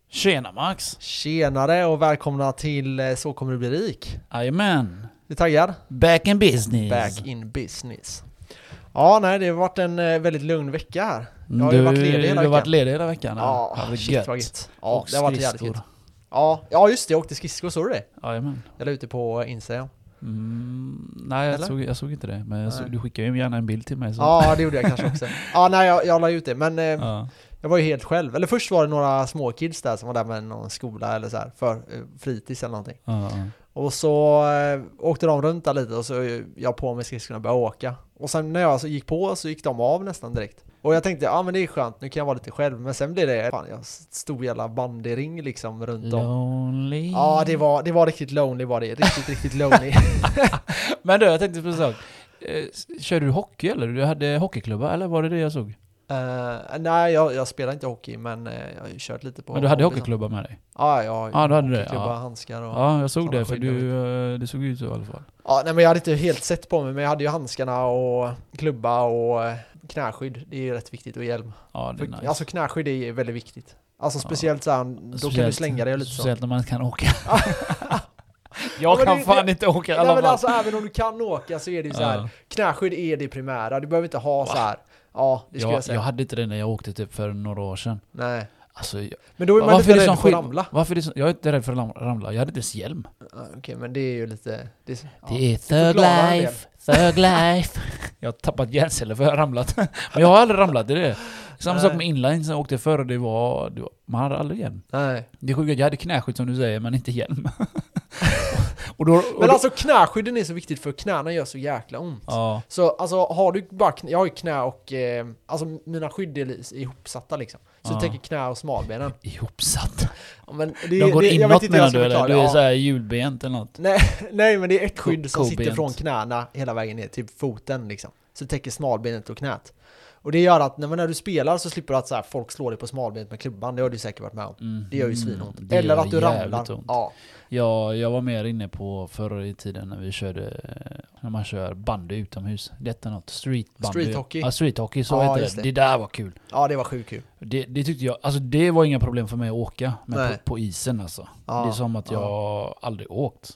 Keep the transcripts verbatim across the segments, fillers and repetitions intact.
Tjena Max! Tjenare och välkomna till Så kommer du bli rik. Jajamän! Du är taggad? Back in business! Back in business. Ja, nej, det har varit en väldigt lugn vecka här. Jag har du, ju varit ledig hela veckan. Du har varit ledig hela veckan? Ja, ja shit vad gött. Ja, och det har varit jävligt skridskor. gött. Ja, ja, just det, jag åkte skridskor, såg du det? Jajamän. Jag la ute på Instagram. Mm, nej, jag såg, jag såg inte det. Men jag såg, du skickade ju gärna en bild till mig. Så. Ja, det gjorde jag kanske också. Ja, nej, jag, jag la ut det, men... Eh, ja. Jag var ju helt själv. Eller först var det några små kids där som var där med någon skola eller så här för eh, fritids eller någonting. Ja, ja. Och så eh, åkte de runt där lite och så eh, jag på med skridskorna och började åka. Och sen när jag alltså gick på så gick de av nästan direkt. Och jag tänkte, ja ah, men det är skönt, nu kan jag vara lite själv. Men sen blev det, fan, jag stod jävla bandyring liksom runt om. Lonely. Ja, det var, det var riktigt lonely var det. Riktigt, riktigt lonely. Men du, jag tänkte på en sak. Eh, kör du hockey eller? Du hade hockeyklubba eller var det det jag såg? Uh, nej, jag, jag spelar inte hockey, men uh, jag har ju kört lite på... Men du hade hockeyklubba med dig? Ja, jag har ja, du hade hockeyklubba, det. Ja. handskar och... Ja, jag såg det, för skyddar. du, det såg ut så i alla fall. Ja, nej, men jag hade inte helt sett på mig, men jag hade ju handskarna och klubba och uh, knäskydd. Det är ju rätt viktigt, och hjälm. Ja, det är för, nice. Alltså knäskydd är väldigt viktigt. Alltså speciellt ja. så här, då speciellt, kan du slänga dig lite så. Speciellt när man kan åka. Jag Jag kan det, fan det, inte åka i nej, alla men fall. alltså, även om du kan åka så är det ju så här. Ja. Knäskydd är det primära. Du behöver inte ha så här. Ja, det skulle jag, jag säga. jag hade inte det när jag åkte typ för några år sedan. Nej. Alltså, jag, men då är man varför inte är det rädd som för att skit- ramla. Varför är det så, jag är inte rädd för att ramla. Jag hade inte ens hjälm. Okej, okay, men det är ju lite... Det, ja. Det är thug life, thug life. Jag har tappat hjärnceller för jag har ramlat. Men jag har aldrig ramlat, det är det. Samma Nej. sak med inline som jag åkte förr. Det var, det var, man hade aldrig hjälm. Nej. Det är sjukt, jag hade knäskydd som du säger, men inte hjälm. och då, och men då, alltså knäskydden är så viktigt för knäna gör så jäkla ont. ja. Så alltså har du bara knä, jag har ju knä och eh, alltså mina skydd är ihopsatta liksom. Så Ja. du tänker knä och smalbenen. Ihopsatt. Ja, men det, De går det, jag inåt vet inte hur menar jag ska du eller? förklara Du det. är Ja. såhär hjulbent eller något. Nej, nej, men det är ett skydd Ko- som sitter kobent. från knäna hela vägen ner till foten liksom. Så det täcker smalbenet och knät. Och det gör att när, när du spelar så slipper du att så här, folk slår dig på smalbenet med klubban. Det har du säkert varit med om. Mm. Det gör ju svinont. Det Eller gör att du jävligt ramlar. ont. Ja. Ja, jag var mer inne på förr i tiden när vi körde, när man kör bandy utomhus. Detta är något, street bandy. Street hockey. Ja, street hockey, så Ja, heter just det. det. Det där var kul. ja, det var sjukt kul. Det, det tyckte jag, alltså det var inga problem för mig att åka, men Nej. på, på isen alltså. Ja, Det är som att jag ja. aldrig åkt.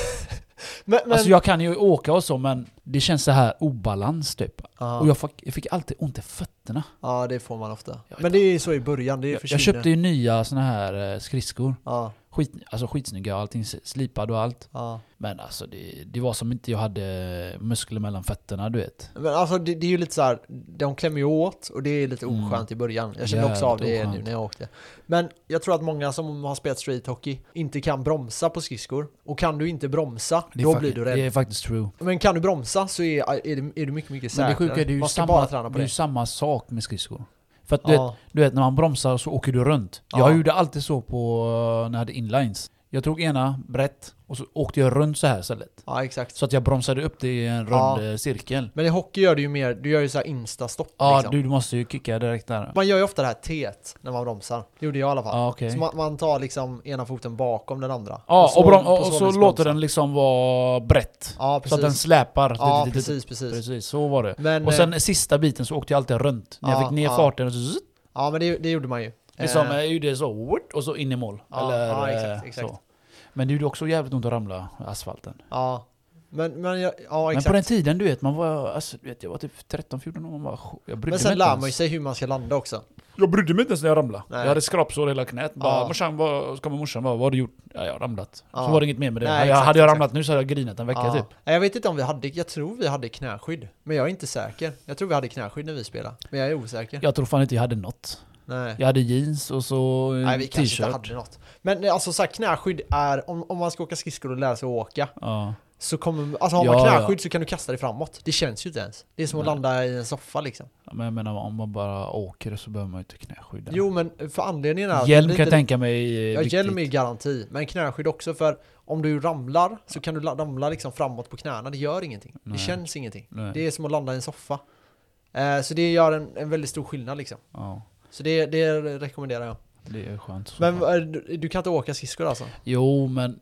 Men, men, Alltså jag kan ju åka och så, men det känns så här obalans typ. ja. Och jag fick, jag fick alltid ont i fötterna. ja, det får man ofta. Jag vet Men det är så i början. Det är Jag, jag försvinner. köpte ju nya såna här eh, skridskor. Ja, Skit, alltså skitsnygga, allting slipad och allt. ja. Men alltså det, det var som inte jag hade muskler mellan fötterna, du vet. Men alltså det, det är ju lite så här, de klämmer ju åt och det är lite Mm. oskönt i början. Jag kände också av det Jävligt nu oskönt. när jag åkte. Men jag tror att många som har spelat street hockey inte kan bromsa på skridskor. Och kan du inte bromsa, Det är då fakt- blir du rädd. Det är faktiskt true. Men kan du bromsa så är, är, det, är du mycket, mycket Men det säkrare. sjuka är det är ju Man ska samma, bara träna på det är det. ju samma sak med skridskor. För att du, vet, Ja, du vet, när man bromsar så åker du runt. Ja. Jag gjorde alltid så på när jag hade inlines. Jag tog ena brett och så åkte jag runt så här istället. ja, exakt. Så att jag bromsade upp det i en rund Ja. eh, cirkel. Men i hockey gör du ju mer, du gör ju så här instastopp Ja, liksom. du, du måste ju kicka direkt där. Man gör ju ofta det här T när man bromsar. Det gjorde jag i alla fall. Ja, okej. Så man, man tar liksom ena foten bakom den andra. Ja, och, brom- på och så, vis låter bromsar. den liksom vara brett. Ja, Så precis. att den släpar. Ja, Lite, lite, precis, precis. Precis, så var det. Men, Och sen sista biten så åkte jag alltid runt. När jag Ja, fick ner ja. farten och så... zzz, ja, men det, det gjorde man ju. Liksom, Eh, jag gjorde så, wort, och så in i mål. Ja, Eller, ja, exakt, eh, exakt. Så. Men det gjorde också jävligt ont att ramla asfalten. Ja, men, men ja, ja Men exakt. på den tiden, du vet, man var, alltså, du vet, jag var typ tretton fjorton år, man var, jag brydde Men mig sen inte lär ens. man ju sig hur man ska landa också. Jag brydde mig inte ens när jag ramlade. Nej. Jag hade skrapsår i hela knät. Bara, Ja. morsan, vad, så kommer morsan, vad, vad har du gjort? Ja, jag har ramlat. Ja. Så var det inget mer med det. Nej, jag, exakt, hade jag exakt. ramlat nu så hade jag grinat en vecka Ja. typ. Nej, jag vet inte om vi hade, jag tror vi hade knäskydd. Men jag är inte säker. Jag tror vi hade knäskydd när vi spelade. Men jag är osäker. Jag tror fan inte jag hade något. Nej. Jag hade jeans och så eh, Nej, vi kanske inte t-shirt. hade något. Men alltså så här, knäskydd är, om, om man ska åka skridskor och lära sig att åka, Ja. så kommer, alltså har Ja, man ja. knäskydd så kan du kasta dig framåt. Det känns ju inte ens. Det är som att Nej. landa i en soffa liksom. Men jag menar, om man bara åker så behöver man ju inte knäskydd. Jo, men för anledningen är att Hjälm det kan blir jag inte- tänka mig är Ja, viktigt. hjälm är garanti, men knäskydd också, för om du ramlar så kan du la- ramla liksom framåt på knäna. Det gör ingenting. Nej. Det känns ingenting. Nej. Det är som att landa i en soffa. Eh, så det gör en, en väldigt stor skillnad liksom. Ja, Så det, det rekommenderar jag. det är skönt. Så Men fan. eh, du, du kan inte åka skridskor alltså? Jo, men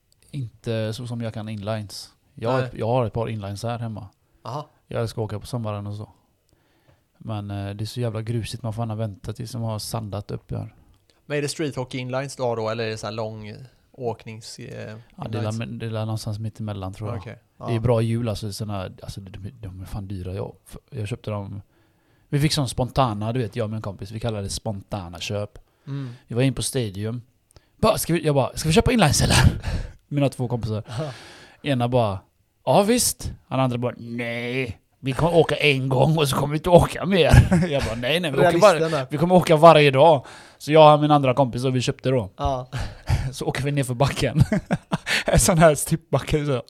inte så som jag kan inlines. Jag har, Nej. ett, jag har ett par inlines här hemma. Aha. Jag ska åka på sommaren och så. Men eh, det är så jävla grusigt, man får gärna vänta tills de har sandat upp där. Men är det street hockey inlines då, då eller är det så här lång åknings... Eh, ja, det är, det är någonstans mitt emellan tror jag. Okay. Ja. Det är bra hjul alltså, såna, alltså de, de är fan dyra. Jag, jag köpte dem. Vi fick sån spontana, du vet, jag och min kompis, vi kallar det spontana köp. Mm. Vi var in på Stadium. Bara, ska vi, jag bara, ska vi köpa inlines eller? Mina två kompisar. Ena bara, ja visst. Han andra bara, nej. Vi kommer åka en gång och så kommer vi inte åka mer. Jag bara, nej nej, vi, åker var, vi kommer åka varje dag. Så jag och min andra kompis och vi köpte då. Ja. Så åker vi ner för backen. En sån här stippbacke så.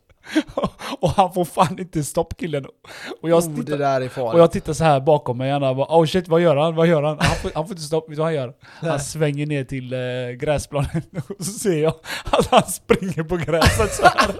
Och han får fan inte stopp killen. Och jag, oh, tittar, det där är farligt. och jag tittar så här bakom mig och jag bara, oh shit, vad gör han? Vad gör han? Han får, han får inte stopp, vet du vad han gör? Han svänger ner till äh, gräsplanen och så ser jag att han springer på gräset så här.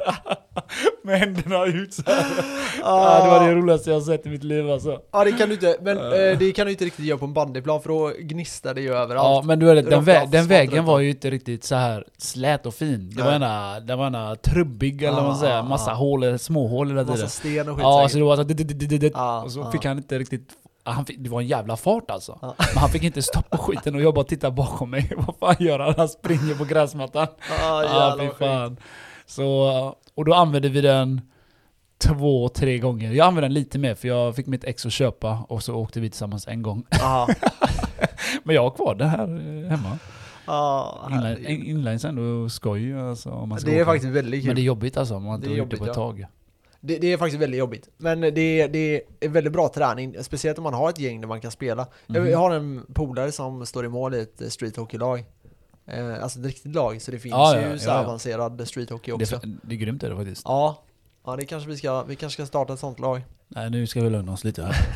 Med händerna ut så här. Ah. Ja, det var det roligaste jag har sett i mitt liv alltså. Ja, det kan du inte, men uh. det kan du inte riktigt göra på en bandyplan för då gnistar det ju överallt. Ja, men du är det, den, vä- den vägen var ju inte riktigt så här slät och fin. Det Nej. var ena, det var ena trubbig eller vad man säger, massa ah. hål, små hål hela tiden. Massa sten och skit. Ja, så det var så ah, och så ah. fick han inte riktigt. Han fick, det var en jävla fart alltså. Ah. Men han fick inte stoppa skiten och jag bara tittar bakom mig. Vad fan gör han? Han springer på gräsmattan. Ah, ja, fy fan. Så, och då använde vi den två, tre gånger. Jag använde den lite mer för jag fick mitt ex att köpa och så åkte vi tillsammans en gång. Ah. Men jag har kvar det här hemma. Ah, Inline, inlines ändå skoj alltså, om man ska det är åka. faktiskt väldigt kul. Men det är jobbigt alltså om man inte har gjort det på ett ja. tag. Det, det är faktiskt väldigt jobbigt. Men det, det är väldigt bra träning. Speciellt om man har ett gäng där man kan spela. Mm. Jag har en polare som står i mål i ett street hockey-lag. Eh, alltså ett riktigt lag. Så det finns ja, ju ja, så ja, ja. avancerad street hockey också. Det, det är grymt är det faktiskt. Ja, ja det kanske vi ska, vi kanske ska starta ett sånt lag. Nej, nu ska vi lugna oss lite här.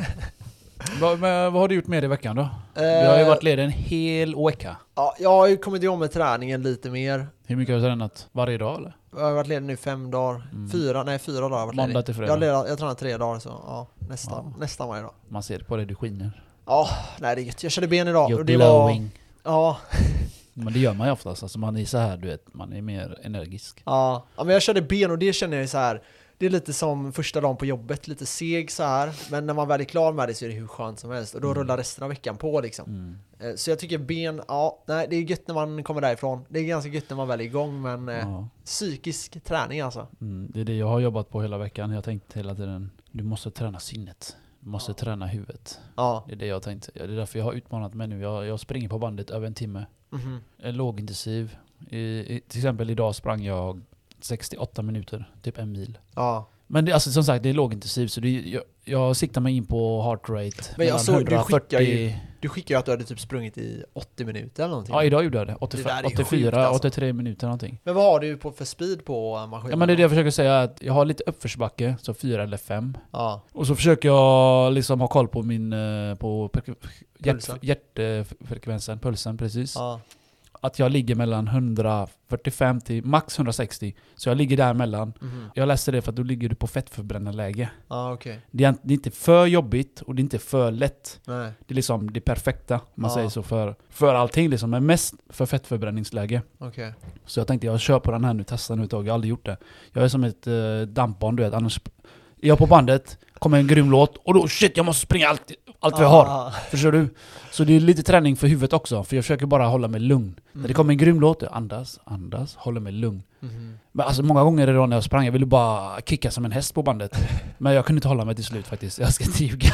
vad, men, vad har du gjort med i veckan då? Du har ju varit ledig en hel vecka. Ja, jag har ju kommit igång med träningen lite mer. Hur mycket har du tränat? Varje dag eller? Jag har varit ledig nu fem dagar. Mm. Fyra, nej fyra dagar har jag varit Måndag ledig. till fredag. Jag, leder, jag tränar tre dagar så ja, nästan, ja. nästan varje dag. Man ser det på dig, du skiner. Ja, nej det är gött. Jag körde ben idag. You're och det glowing. Var, ja. Men det gör man ju oftast. Alltså man är så här, du vet, man är mer energisk. Ja, ja men jag körde ben och det känner jag så här. Det är lite som första dagen på jobbet, lite seg så här. Men när man väl är klar med det så är det hur skönt som helst. Och då mm. rullar resten av veckan på liksom. Mm. Så jag tycker ben, ja, nej, det är gött när man kommer därifrån. Det är ganska gött när man väl är igång, men ja. eh, psykisk träning alltså. Mm, det är det jag har jobbat på hela veckan. Jag har tänkt hela tiden, du måste träna sinnet. Du måste ja. träna huvudet. Ja. Det är det jag har tänkt. Det är därför jag har utmanat mig nu. Jag, jag springer på bandet över en timme. Mm-hmm. En lågintensiv. I, i, till exempel idag sprang jag sextioåtta minuter, typ en mil. Ja. Men det, alltså, som sagt, det är lågintensivt så det, jag, jag siktar mig in på heart rate. Men jag såg, du skickar ju du skickar ju att du hade typ sprungit i åttio minuter eller någonting. Ja, idag gjorde jag det. åttiofem, det åttiofyra, sjukt, alltså. åttiotre minuter någonting. Men vad har du på för speed på maskinen? Ja, men det är det jag försöker säga, att jag har lite uppförsbacke, så fyra eller fem. Ja. Och så försöker jag liksom ha koll på min på hjärt, hjärtfrekvensen, pulsen precis. Ja. Att jag ligger mellan hundrafyrtiofem till max hundrasextio. Så jag ligger där mellan. Mm. Jag läste det för att då ligger du på fettförbrännarläge. Ah, okay. det, är, det är inte för jobbigt och det är inte för lätt. Nej. Det är liksom det perfekta, om man ah. säger så, för, för allting liksom. Men mest för fettförbränningsläge. Okay. Så jag tänkte jag kör på den här nu, testar nu ett tag. Jag har aldrig gjort det. Jag är som ett uh, dampbarn, du vet. Annars är jag på bandet, kommer en grym låt och då shit, jag måste springa allt, allt ah. vi har. Förstår du? Så det är lite träning för huvudet också. För jag försöker bara hålla mig lugn. Mm. När det kommer en grym låt, andas, andas, håller mig lugn. Mm. Men alltså många gånger idag när jag sprang, jag ville bara kicka som en häst på bandet. Men jag kunde inte hålla mig till slut faktiskt. Jag ska inte ljuga.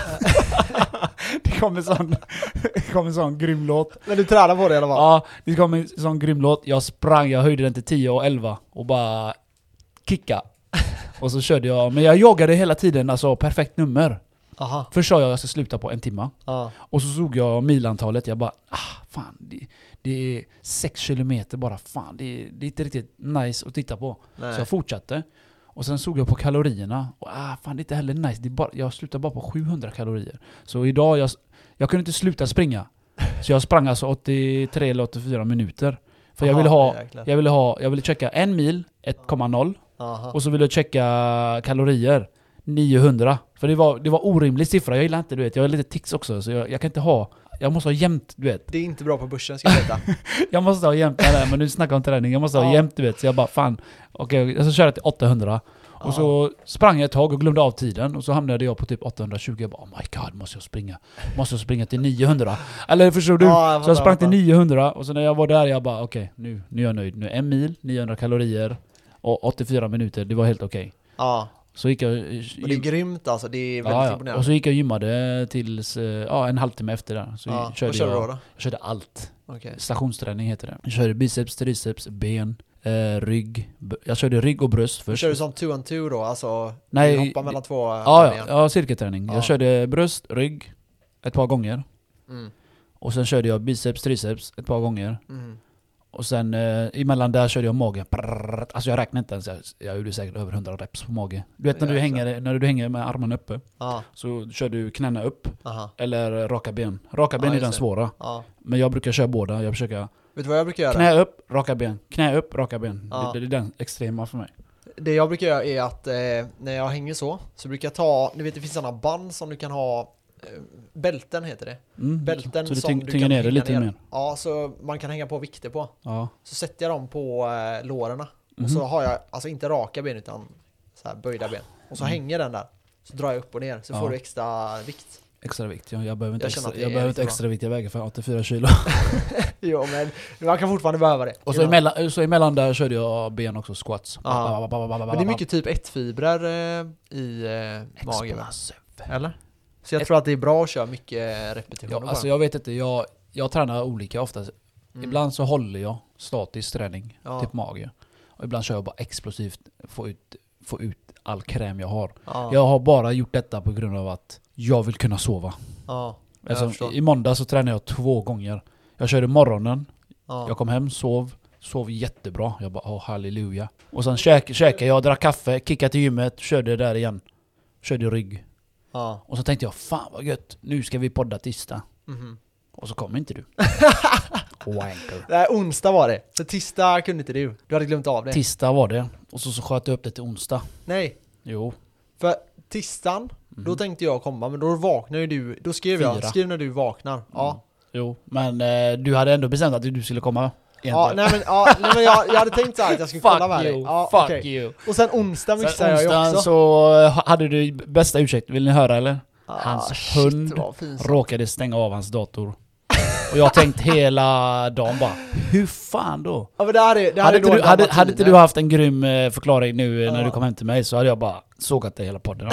Det kom en sån, det kom en sån grym låt. Men du tränar på det eller vad? Ja, det kom en sån grym låt. Jag sprang, jag höjde den till tio och elva och bara kicka. Och så körde jag, men jag joggade hela tiden, alltså perfekt nummer. Aha. Först sa jag att jag ska sluta på en timme. Ah. Och så såg jag milantalet, jag bara, ah, fan, det, det är sex kilometer bara, fan, det, det är inte riktigt nice att titta på. Nej. Så jag fortsatte. Och sen såg jag på kalorierna, och ah, fan, det är inte heller nice, det är bara, jag slutade bara på sjuhundra kalorier. Så idag, jag, jag kunde inte sluta springa. Så jag sprang alltså åttiotre eller åttiofyra minuter. För Aha, jag ville ha, jag ville ha, jag ville checka en mil, ett komma noll. Aha. Och så ville jag checka kalorier niohundra. För det var, det var orimlig siffra. Jag gillar inte, du vet. Jag är lite tics också. Så jag, jag kan inte ha... Jag måste ha jämnt, du vet. Det är inte bra på börsen, ska jag veta. Jag måste ha jämnt där, men nu snackar om träning. Jag måste ha ja. jämnt, du vet. Så jag bara, fan. Okej, okay, jag ska köra till åttahundra. Och ah. så sprang jag ett tag och glömde av tiden. Och så hamnade jag på typ åttahundratjugo. Jag bara, oh my god, måste jag springa? Måste jag springa till niohundra? Eller förstår du? Ah, jag så jag sprang till niohundra. Och så när jag var där, jag bara, okej, okay, nu, nu är jag nöjd. Nu en mil, niohundra kalorier och åttiofyra minuter. Det var helt okej. Okay. Ja. Så gick jag... Och det är grymt alltså, det är väldigt ja, imponerande. Och så gick jag och gymmade tills ja, en halvtimme efter det. Så ja. körde Vad körde jag, du då? Jag körde allt. Okay. Stationsträning heter det. Jag körde biceps, triceps, ben, eh, rygg. Jag körde rygg och bröst först. Körde du som two and two då? Alltså Nej, hoppa mellan två ja, ja, ja, cirkelträning. Ja. Jag körde bröst, rygg ett par gånger. Mm. Och sen körde jag biceps, triceps ett par gånger. Mm. Och sen eh, emellan där körde jag mage. Alltså jag räknade inte ens. Jag, jag gjorde säkert över hundra reps på mage. Du vet när du, hänger, när du hänger med armarna uppe. Ah. Så kör du knäna upp. Aha. Eller raka ben. Raka ben ah, är den svåra. Ah. Men jag brukar köra båda. Jag försöker... Vet du vad jag brukar göra? Knä upp, raka ben. Knä upp, raka ben. Ah. Det, det är den extrema för mig. Det jag brukar göra är att eh, när jag hänger så. Så brukar jag ta... Du vet det finns sådana band som du kan ha... Bälten heter det. Mm. Bälten så du som tyng, du tynger kan ner det lite ner. mer. Ja, så man kan hänga på vikter på. Ja. Så sätter jag dem på eh, lårarna. Mm. Och så har jag alltså inte raka ben utan så här böjda ben. Och så mm. hänger den där. Så drar jag upp och ner. Så ja. får du extra vikt. Extra vikt, ja. Jag behöver inte, jag extra, jag behöver inte extra vikt. Jag väger för åttiofyra kilo. Jo, men man kan fortfarande behöva det. Och så emellan, så emellan där körde jag ben också, squats. Ja. Men det är mycket typ ett-fibrer eh, i eh, magen. Eller? Så jag Ett... tror att det är bra att köra mycket repetitioner. Ja, alltså jag vet inte, jag, jag tränar olika ofta. Mm. Ibland så håller jag statisk träning, ja. typ mage. Och ibland kör jag bara explosivt, få ut, få ut all kräm jag har. Ja. Jag har bara gjort detta på grund av att jag vill kunna sova. Ja, alltså, i måndag så tränar jag två gånger. Jag körde morgonen, ja. jag kom hem, sov, sov jättebra. Jag bara, åh halleluja. Och sen käk, käkade jag, drack kaffe, kickade till gymmet, körde där igen. Körde rygg. Ja. Och så tänkte jag, fan vad gött, nu ska vi podda tisdag. Mm-hmm. Och så kom inte du. Wanker. Nej, onsdag var det. Så tisdag kunde inte du. Du hade glömt av det. Tisdag var det. Och så, så sköt jag upp det till onsdag. Nej. Jo. För tisdagen, mm. då tänkte jag komma, men då vaknar ju du. Då skrev Fyra. jag, skriv när du vaknar. Mm. Ja. Jo, men eh, du hade ändå bestämt att du skulle komma. Ja, nej men, ja, nej, men jag, jag hade tänkt så här att jag skulle kolla med dig. Ja, fuck okay. you. Och sen onsdag mixade jag ju också. Så hade du bästa ursäkt, vill ni höra eller? Ah, hans shit, hund råkade stänga av hans dator. Och jag tänkt hela dagen bara, hur fan då? Ja, men det hade, det hade, hade, då inte du, hade, hade inte du haft en grym förklaring nu ja. när du kom hem till mig så hade jag bara sågat det hela podden.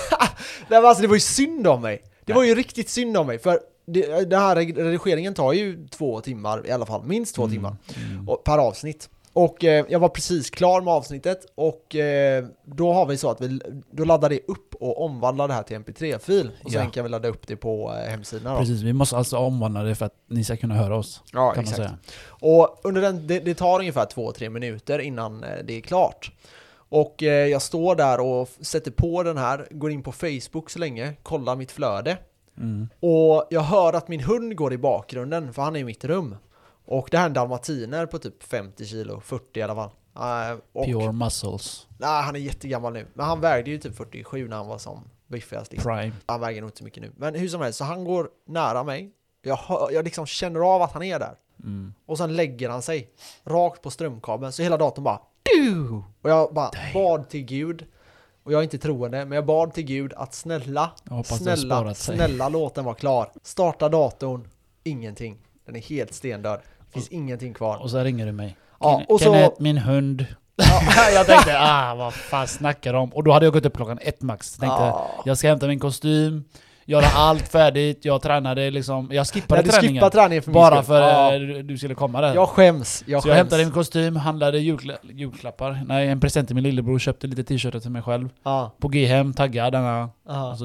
Nej, alltså, det var ju synd om mig. Det Nej. var ju riktigt synd om mig. För det, det här redigeringen tar ju två timmar i alla fall. Minst två mm. timmar mm. och, per avsnitt. Och eh, jag var precis klar med avsnittet. Och eh, då har vi så att vi då laddar det upp och omvandlar det här till en M P tre-fil. Och sen ja. kan vi ladda upp det på eh, hemsidan. Precis, vi måste alltså omvandla det för att ni ska kunna höra oss. Ja, kan exakt. Man säga. Och under den, det, det tar ungefär två tre minuter innan eh, det är klart. Och eh, jag står där och sätter på den här, går in på Facebook så länge, kollar mitt flöde. Mm. Och jag hör att min hund går i bakgrunden, för han är i mitt rum. Och det här är en dalmatiner på typ femtio kilo, fyrtio i alla fall. Uh, och, Pure muscles. Nej, han är jättegammal nu. Men han vägde ju typ fyrtiosju när han var som biffigast. Liksom. Prime. Han väger nog inte så mycket nu. Men hur som helst, så han går nära mig. Jag, hör, jag liksom känner av att han är där. Mm. Och sen lägger han sig rakt på strömkabeln. Så hela datorn bara... Du! Och jag bara Damn. bad till Gud. Och jag är inte troende, men jag bad till Gud att snälla, snälla, snälla låt den vara klar. Starta datorn, ingenting. Den är helt stendöd. Det finns och, ingenting kvar. Och så ringer du mig. Ja, och Kenneth, så... min hund. Ja, jag tänkte, ah, vad fan snackar de? Och då hade jag gått upp klockan ett max. Jag tänkte, ja. jag ska hämta min kostym. Göra allt färdigt. Jag tränade liksom. Jag skippade Nej, träningen. träningen för bara för ja. du skulle komma där. Jag skäms. Jag så skäms. jag hämtade min kostym, handlade julkla- julklappar. Nej, en present till min lillebror. Köpte lite t-shirtar till mig själv. Ja. På G-hem, taggad denna. Ja. Alltså,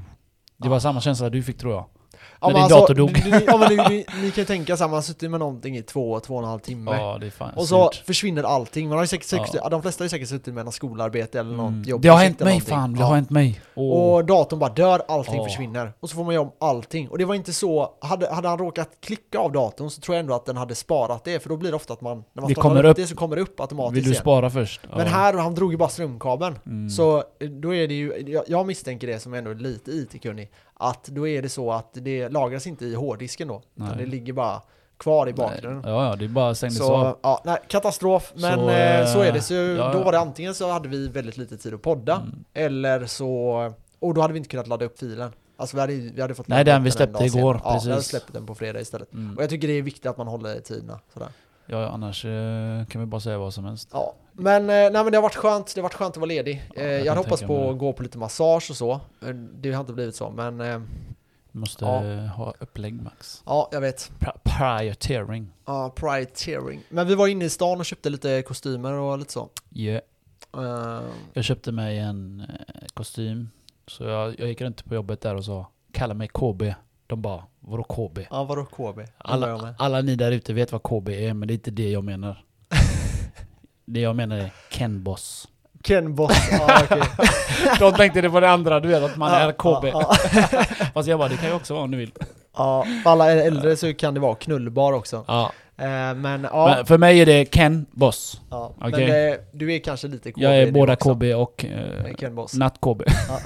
det var ja. samma känsla du fick, tror jag. Ja, när din alltså, dator dog. Ni, ni, ja, men ni, ni, ni kan tänka så här, man sitter med någonting i två, två och en halv timme. Ja, det är fan och så surt. försvinner allting. Man har ju säkert, ja. ja, de flesta har ju säkert suttit med något skolarbete eller något mm. jobb. Det har hänt mig, fan. Det ja. har hänt mig. Oh. Och datorn bara dör, allting oh. försvinner. Och så får man göra om allting. Och det var inte så, hade, hade han råkat klicka av datorn så tror jag ändå att den hade sparat det. För då blir det ofta att man, när man det startar kommer upp, upp det så kommer det upp automatiskt. Vill du spara först? Ja. Men här, han drog ju bara strömkabeln. Mm. Så då är det ju, jag, jag misstänker det som ändå är lite I T-kunnig. Att då är det så att det lagras inte i hårddisken då. Utan det ligger bara kvar i bakgrunden. Ja, ja, det är bara stängdes så, av. Ja, nej, katastrof. Men så, eh, så är det. Så ja, då var det antingen så hade vi väldigt lite tid att podda. Mm. Eller så... Och då hade vi inte kunnat ladda upp filen. Alltså vi hade, vi hade fått... Nej, den vi släppte igår. Ja, precis. vi hade släppt den på fredag istället. Mm. Och jag tycker det är viktigt att man håller tiderna. Sådär. Ja, annars eh, kan vi bara säga vad som helst. Ja, men, eh, nej, men det har varit skönt. Det har varit skönt att vara ledig. Ja, jag, jag hade hoppats på att gå på lite massage och så. Det har inte blivit så, men... Eh, du måste ja. ha upplägg, Max. Ja, jag vet. Pri- prioritering. Ja, prioritering. Men vi var inne i stan och köpte lite kostymer och lite så. Yeah. Uh, jag köpte mig en eh, kostym. Så jag, jag gick runt på jobbet där och sa, kalla mig K B. De bara, vadå K B? Ja, vadå K B? Alla, alla ni där ute vet vad K B är, men det är inte det jag menar. Det jag menar är Ken Boss. Ken Boss, ja okej. Okay. De tänkte det var det andra, du vet att man ja, är K B. Ja, ja. Fast jag bara, det kan ju också vara om du vill. Ja, för alla äldre så kan det vara knullbar också. Ja. Eh, men, ja. Men för mig är det Ken Boss. Ja, okay. Men det, du är kanske lite K B. Jag är båda K B och eh, Ken Boss. Natt K B. Ja.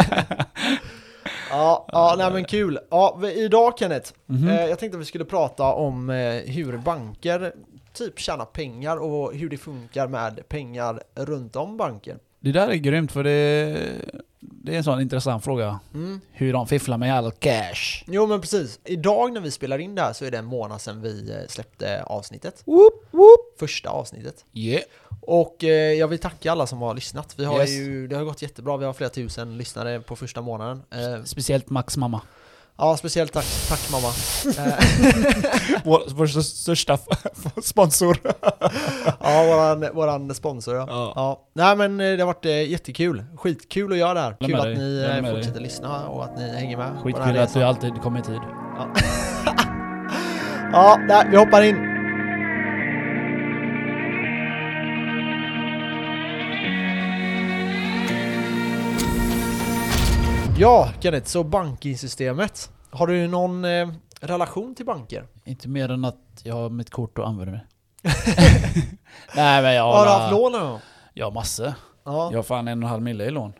Ja, ja, nej men kul. Ja, idag Kenneth, mm-hmm. eh, jag tänkte att vi skulle prata om eh, hur banker typ tjänar pengar och hur det funkar med pengar runt om banken. Det där är grymt, för det, det är en sån intressant fråga. Mm. Hur de fifflar med all cash. Jo men precis. Idag när vi spelar in det här så är det en månad sedan vi släppte avsnittet. Whoop, whoop. Första avsnittet. Yeah. Och eh, jag vill tacka alla som har lyssnat. Vi har yes. ju, det har gått jättebra. Vi har flera tusen lyssnare på första månaden. Eh, Speciellt Max mamma. Ja, speciellt tack, tack mamma. vår, vår största sponsor. Ja, våran, våran sponsor. Ja. Ja. Ja. Nej, men det har varit jättekul. Skitkul att göra det här. Kul att dig. ni fortsätter dig. lyssna och att ni hänger med. Skitkul att du alltid kommer i tid. Ja, ja nej, vi hoppar in. Ja, Kenneth, så bankingssystemet. Har du någon eh, relation till banker? Inte mer än att jag har mitt kort och använder det. Nej, men jag har... Har du haft lån då? Ja, massor. Ja. Jag har fan en och en halv mille i lån.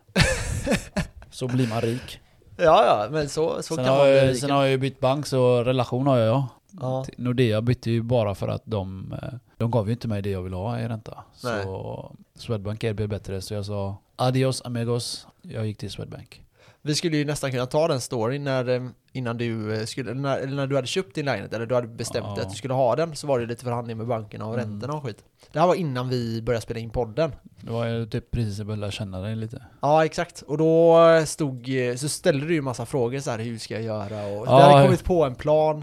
Så blir man rik. Ja, ja, men så, så sen kan har man bli jag, rik. Sen har jag ju bytt bank, så relation har jag. Ja. Nordea bytte ju bara för att de, de gav ju inte mig det jag vill ha i ränta. Nej. Så Swedbank erbjöd bättre, så jag sa adios amigos. Jag gick till Swedbank. Vi skulle ju nästan kunna ta den storyn när, innan du skulle, när, eller när du hade köpt din lägenhet, eller du hade bestämt ja. att du skulle ha den, så var det lite förhandling med bankerna och mm. räntorna och skit. Det här var innan vi började spela in podden. Det var ju typ precis att börja känna dig lite. Ja, exakt. Och då stod, så ställde du ju en massa frågor så här, hur ska jag göra? Och ja, vi hade kommit på en plan.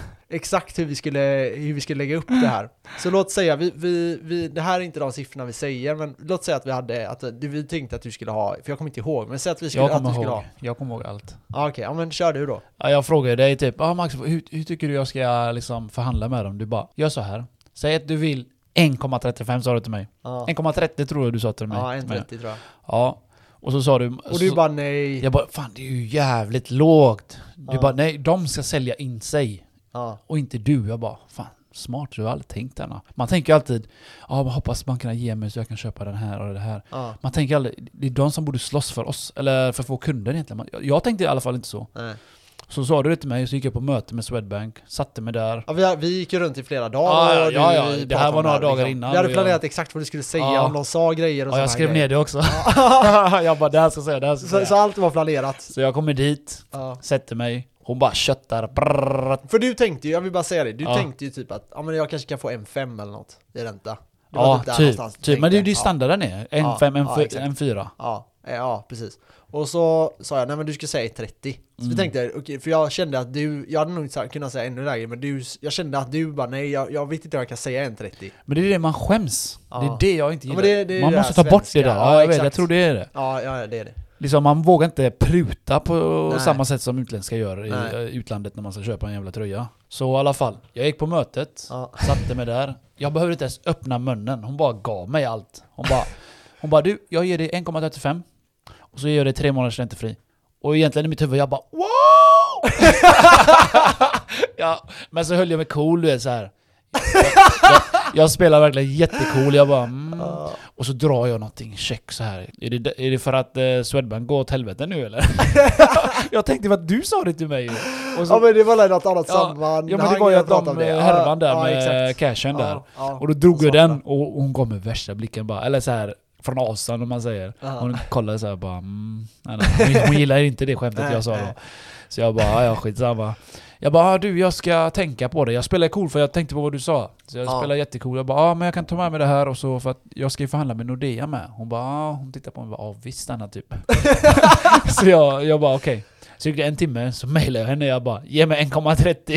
Exakt hur vi skulle hur vi skulle lägga upp det här. Så låt säga vi, vi, vi det här är inte de siffrorna vi säger, men låt säga att vi hade att vi tänkte att du skulle ha, för jag kommer inte ihåg, men säg att vi skulle jag kommer att du ihåg. skulle ha. Jag kommer ihåg allt. Ja, okej. Okay. Ja, men kör du då. Ja, jag frågade dig typ, ah, Max, hur, hur tycker du jag ska liksom förhandla med dem? Du bara, gör så här. Säg att du vill en komma trettiofem, sa du till mig. Ja. en komma trettio tror jag du sa till mig. Ja, en komma trettio tror jag. Ja. Och så sa du... Och du så, bara nej. Jag bara, fan det är ju jävligt lågt. Du Ja. bara, nej, de ska sälja in sig. Ja. Och inte du. Jag bara, fan smart, du har aldrig tänkt denna. Man tänker alltid, ja ah, hoppas bankerna ger mig så jag kan köpa den här och det här. Ja. Man tänker aldrig, det är de som borde slåss för oss. Eller för få kunder egentligen. Man, jag, jag tänkte i alla fall inte så. Nej. Så sa du det till mig, så gick jag på möte med Swedbank, satte mig där. Ja, vi, vi gick ju runt i flera dagar. Ja, och ja, du, ja. Det här var några dagar liksom. innan. Vi hade jag, planerat exakt vad du skulle säga, ja. om de sa grejer och ja, jag skrev grejer. ner det också. Ja. Jag bara, det här ska jag säga, det här ska jag så, säga. så allt var planerat. Så jag kommer dit, Ja. sätter mig. Hon bara köttar. Brrr. För du tänkte ju, jag vill bara säga det, du Ja. tänkte ju typ att ja, men jag kanske kan få en fem eller något i ränta. Det var Ja, typ där typ. någonstans du typ. Men det är ju tänkte. standarden är. En Ja. fem, en, Ja, fy- exakt. en fyra. Ja, ja, ja, precis. Och så sa jag, nej men du ska säga ett trettio. Så Mm. vi tänkte, okej, för jag kände att du, jag hade nog inte kunnat säga ännu lägre, men du, jag kände att du bara, nej jag, jag vet inte om jag kan säga en trettio. Men det är det man skäms. Ja. Det är det jag inte Ja, gillar. men det- det är man det måste här ta bort det svenska. där. Ja, Ja, jag, vet, exakt. jag tror det är det. Ja, ja, det är det. Liksom, man vågar inte pruta på Nej. samma sätt som utländska gör i Nej. eh, utlandet när man ska köpa en jävla tröja. Så i alla fall, jag gick på mötet, Ja. satte mig där. Jag behövde inte ens öppna munnen. Hon bara gav mig allt. Hon bara, hon bara du, jag ger dig en komma trettiofem och så ger jag dig tre månaders räntefri. Och egentligen i mitt huvud, jag bara wow! Ja, men så höll jag mig cool, du vet så här. Jag, jag, jag spelar verkligen jättecool. Jag bara mm. Ja. Och Och så drar jag någonting check så här. Är det, är det för att eh, Swedbank går åt helvete nu eller? Jag tänkte att du sa det till mig. Och så, ja men det var något annat ja, samman. Ja men det var ju att de härvan där ja, med ja, cashen där. Ja, ja. Och då drog jag den och hon kom med värsta blicken bara. Eller så här från avstånd om man säger. Aha. Hon kollade så här bara. Mm, nej, nej. Hon, hon gillar inte det skämtet jag sa då. Så jag bara, ja skitsamma. Jag bara, du jag ska tänka på det. Jag spelar cool för jag tänkte på vad du sa. Så jag ja. spelar jättecool. Jag bara, ja men jag kan ta med mig det här och så för att jag ska ju förhandla med Nordea med. Hon bara, ja, hon tittar på mig och bara, ja visst denna typ. Så jag, jag bara, okej. Okay. Så gick det en timme så mejlade jag henne och jag bara, ge mig en komma trettio.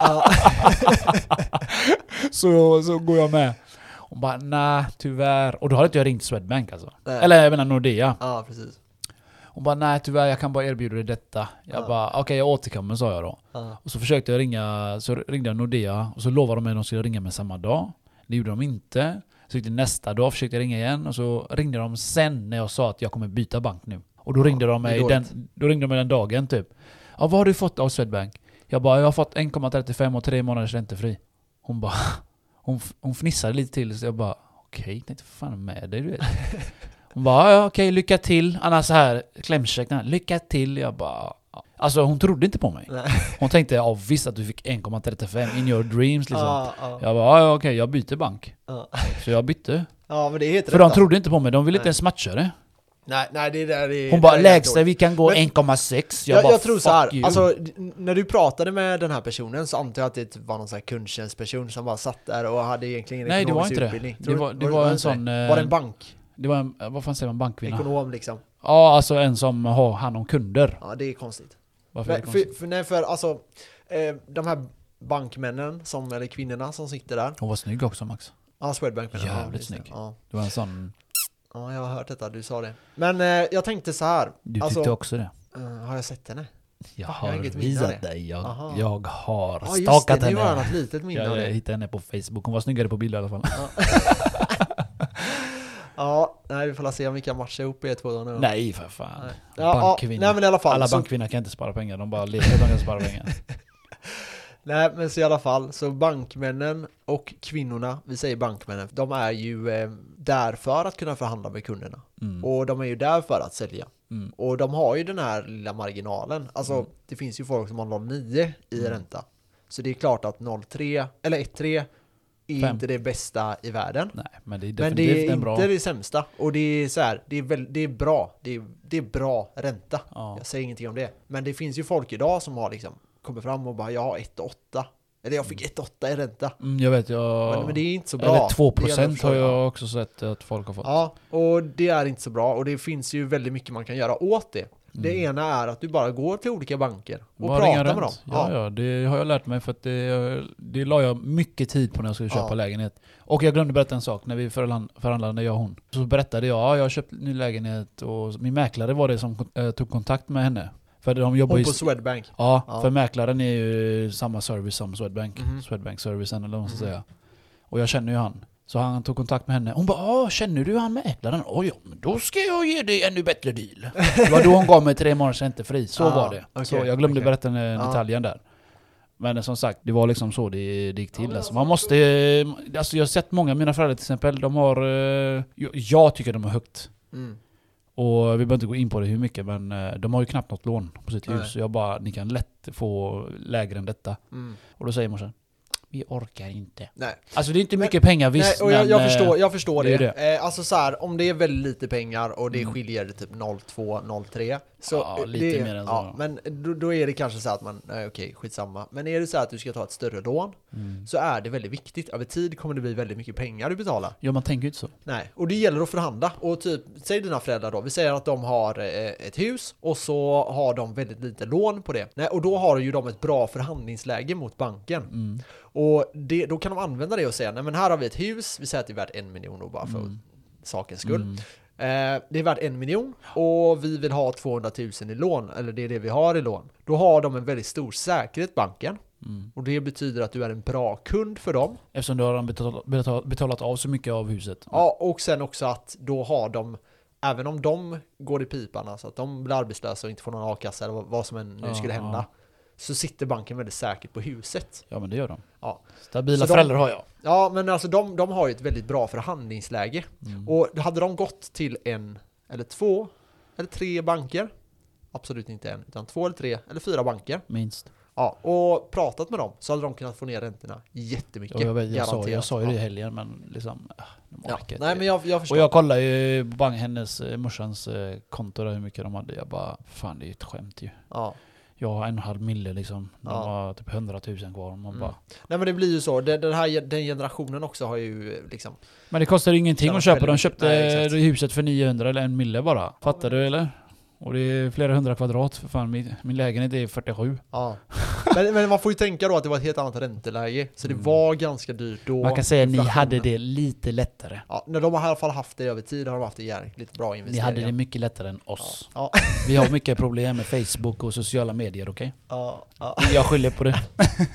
så, så går jag med. Hon bara, nej tyvärr. Och då hade inte jag ringt Swedbank alltså. Nej. Eller jag menar Nordea. Ja, precis. Hon bara, nej tyvärr jag kan bara erbjuda dig detta. Jag ja. bara, okej okay, jag återkommer sa jag då. Ja. Och så försökte jag ringa, så ringde jag Nordea. Och så lovade de mig att de skulle ringa mig samma dag. Det gjorde de inte. Så gick det nästa dag, försökte jag ringa igen. Och så ringde de sen när jag sa att jag kommer byta bank nu. Och då ringde ja, de mig den, då ringde de mig den dagen typ. Ja, vad har du fått av Swedbank? Jag bara, jag har fått en komma trettiofem och tre månaders räntefri. Hon bara, hon, hon fnissade lite till. Så jag bara, okej, okay, tänkte fan med dig du vet. Hon bara, ja okej, lycka till. Annars så här, klämkäck, lycka till. Jag bara, ja. Alltså hon trodde inte på mig. Nej. Hon tänkte, ja visst att du fick en komma trettiofem in your dreams liksom. Ah, ah. Jag bara, ja okej, jag byter bank. Ah. Så jag bytte. Ja, men det heter För de trodde inte på mig, de ville inte ens matcha det. Nej, nej, det där är... Hon bara, lägsta vi kan gå men, en komma sex. Jag, jag, bara, jag tror så här, alltså när du pratade med den här personen så antar jag att det var någon sån här kundtjänstperson som bara satt där och hade egentligen ingen ekonomisk utbildning. Nej, det var inte det. Det var, det var en sån... Var det en bank? Det var en, vad fan säger man, bankkvinna? Ekonom liksom. Ja, alltså en som har hand om kunder. Ja, det är konstigt. Varför är det konstigt? För, för, nej, för alltså, eh, de här bankmännen, som, eller kvinnorna som sitter där. Hon var snygg också, Max. Ja, Swedbank-männen. Jävligt ja, snygg. Ja. Det var en sån... Ja, jag har hört detta, du sa det. Men eh, jag tänkte så här. Du tyckte alltså, också det? Uh, har jag sett henne? Jag har, jag har visat dig. Jag, jag har ja, stakat det, henne. Det var något litet minne jag, jag hittade henne på Facebook. Hon var snyggare på bild i alla fall. Ja, ja nej, vi får se om vi kan matcha ihop er två då nu. Nej, för fan. Nej. Ja, bankkvinna. Nej, men i alla fall. Alla så... bankkvinnor kan inte spara pengar. De bara leker att de kan spara pengar. Nej, men så i alla fall, så bankmännen och kvinnorna, vi säger bankmännen, de är ju eh, där för att kunna förhandla med kunderna. Mm. Och de är ju där för att sälja. Mm. Och de har ju den här lilla marginalen. Alltså, mm. det finns ju folk som har noll komma nio i mm. ränta. Så det är klart att noll komma tre eller ett komma tre är Fem. inte det bästa i världen. Nej, men det är definitivt men det är en bra. inte det sämsta. Och det är så här, det är, väl, det är bra. Det är, det är bra ränta. Ja. Jag säger ingenting om det. Men det finns ju folk idag som har liksom kommer fram och bara, jag har ett komma åtta. Eller jag fick ett komma åtta i ränta. Mm, jag vet, jag... Men, men det är inte så bra. Eller två procent har jag också sett att folk har fått. Ja, och det är inte så bra. Och det finns ju väldigt mycket man kan göra åt det. Mm. Det ena är att du bara går till olika banker och bara pratar med dem. Ja, ja, det har jag lärt mig för att det, det la jag mycket tid på när jag skulle köpa ja. lägenhet. Och jag glömde berätta en sak när vi förhandlade, jag och hon. Så berättade jag, ja, jag har köpt ny lägenhet och min mäklare var det som äh, tog kontakt med henne. För de jobbar ju på Swedbank. Ja, ja, för mäklaren är ju samma service som Swedbank. Mm-hmm. Swedbank-servicen eller vad man ska mm-hmm. säga. Och jag känner ju han. Så han tog kontakt med henne. Hon bara, ja, känner du han mäklaren? Oj, ja, men då ska jag ge dig ännu bättre deal. Det var då hon gav mig tre månaders räntefri. Så ah, var det. Okay, så jag glömde okay. berätta den detaljen ah. där. Men som sagt, det var liksom så det, det gick till. Alltså, man måste... Alltså jag har sett många av mina föräldrar till exempel. De har... Jag tycker de är högt. Mm. Och vi behöver inte gå in på det hur mycket, men de har ju knappt något lån på sitt hus. Så jag bara, ni kan lätt få lägre än detta. Mm. Och då säger morsan, vi orkar inte. Nej. Alltså det är inte men, mycket pengar visst. Nej, och jag, jag förstår, jag förstår det. det. det. Eh, alltså så här, om det är väldigt lite pengar och det mm. skiljer typ noll komma två, noll komma tre. Så ja, lite det, mer än så. Ja, men då, då är det kanske så att man, nej, okej, skitsamma. Men är det så att du ska ta ett större lån mm. så är det väldigt viktigt. Över tid kommer det bli väldigt mycket pengar du betalar. Ja, man tänker ju inte så. Nej, och det gäller att förhandla. Och typ, säg dina föräldrar då. Vi säger att de har eh, ett hus och så har de väldigt lite lån på det. Nej, och då har ju de ett bra förhandlingsläge mot banken. Mm. Och det, då kan de använda det och säga, nej men här har vi ett hus, vi säger att det är värt en miljon då bara för mm. sakens skull. Mm. Eh, det är värt en miljon och vi vill ha tvåhundratusen i lån, eller det är det vi har i lån. Då har de en väldigt stor säkerhet, banken. Mm. Och det betyder att du är en bra kund för dem. Eftersom du har betalat, betalat, betalat av så mycket av huset. Ja, och sen också att då har de, även om de går i pipan, alltså att de blir arbetslösa och inte får någon a-kassa eller vad som än nu ja, skulle hända. Ja. så sitter banken väldigt säkert på huset. Ja, men det gör de. Ja. Stabila föräldrar har jag. Ja, men alltså de, de har ju ett väldigt bra förhandlingsläge. Mm. Och hade de gått till en eller två eller tre banker, absolut inte en, utan två eller tre eller fyra banker. Minst. Ja, och pratat med dem så hade de kunnat få ner räntorna jättemycket. Jag, vet, jag, sa, jag sa ju det i helgen, men liksom... Ja. Nej, men jag, jag förstår. Och jag kollade ju bank, hennes, morsans konto där, hur mycket de hade. Jag bara, fan det är ett skämt ju. Ja. Jag har en och en halv mille liksom. De ja. har typ hundratusen kvar. Man mm. bara... Nej, men det blir ju så. Den, här, den generationen också har ju liksom... Men det kostar ingenting att köpa. De köpte Nej, huset för niohundra eller en mille bara. Fattar du eller? Och det är flera hundra kvadrat, för fan, min, min lägenhet är fyrtiosju. Ja. Men, men man får ju tänka då att det var ett helt annat ränteläge. Så det mm. var ganska dyrt då. Man kan säga att ni hade det lite lättare. Ja, när de har i alla fall haft det över tid har de haft det jäkligt bra investeringar. Ni hade det mycket lättare än oss. Ja. Ja. Vi har mycket problem med Facebook och sociala medier, okej? Okay? Ja. Ja. Jag skyller på det.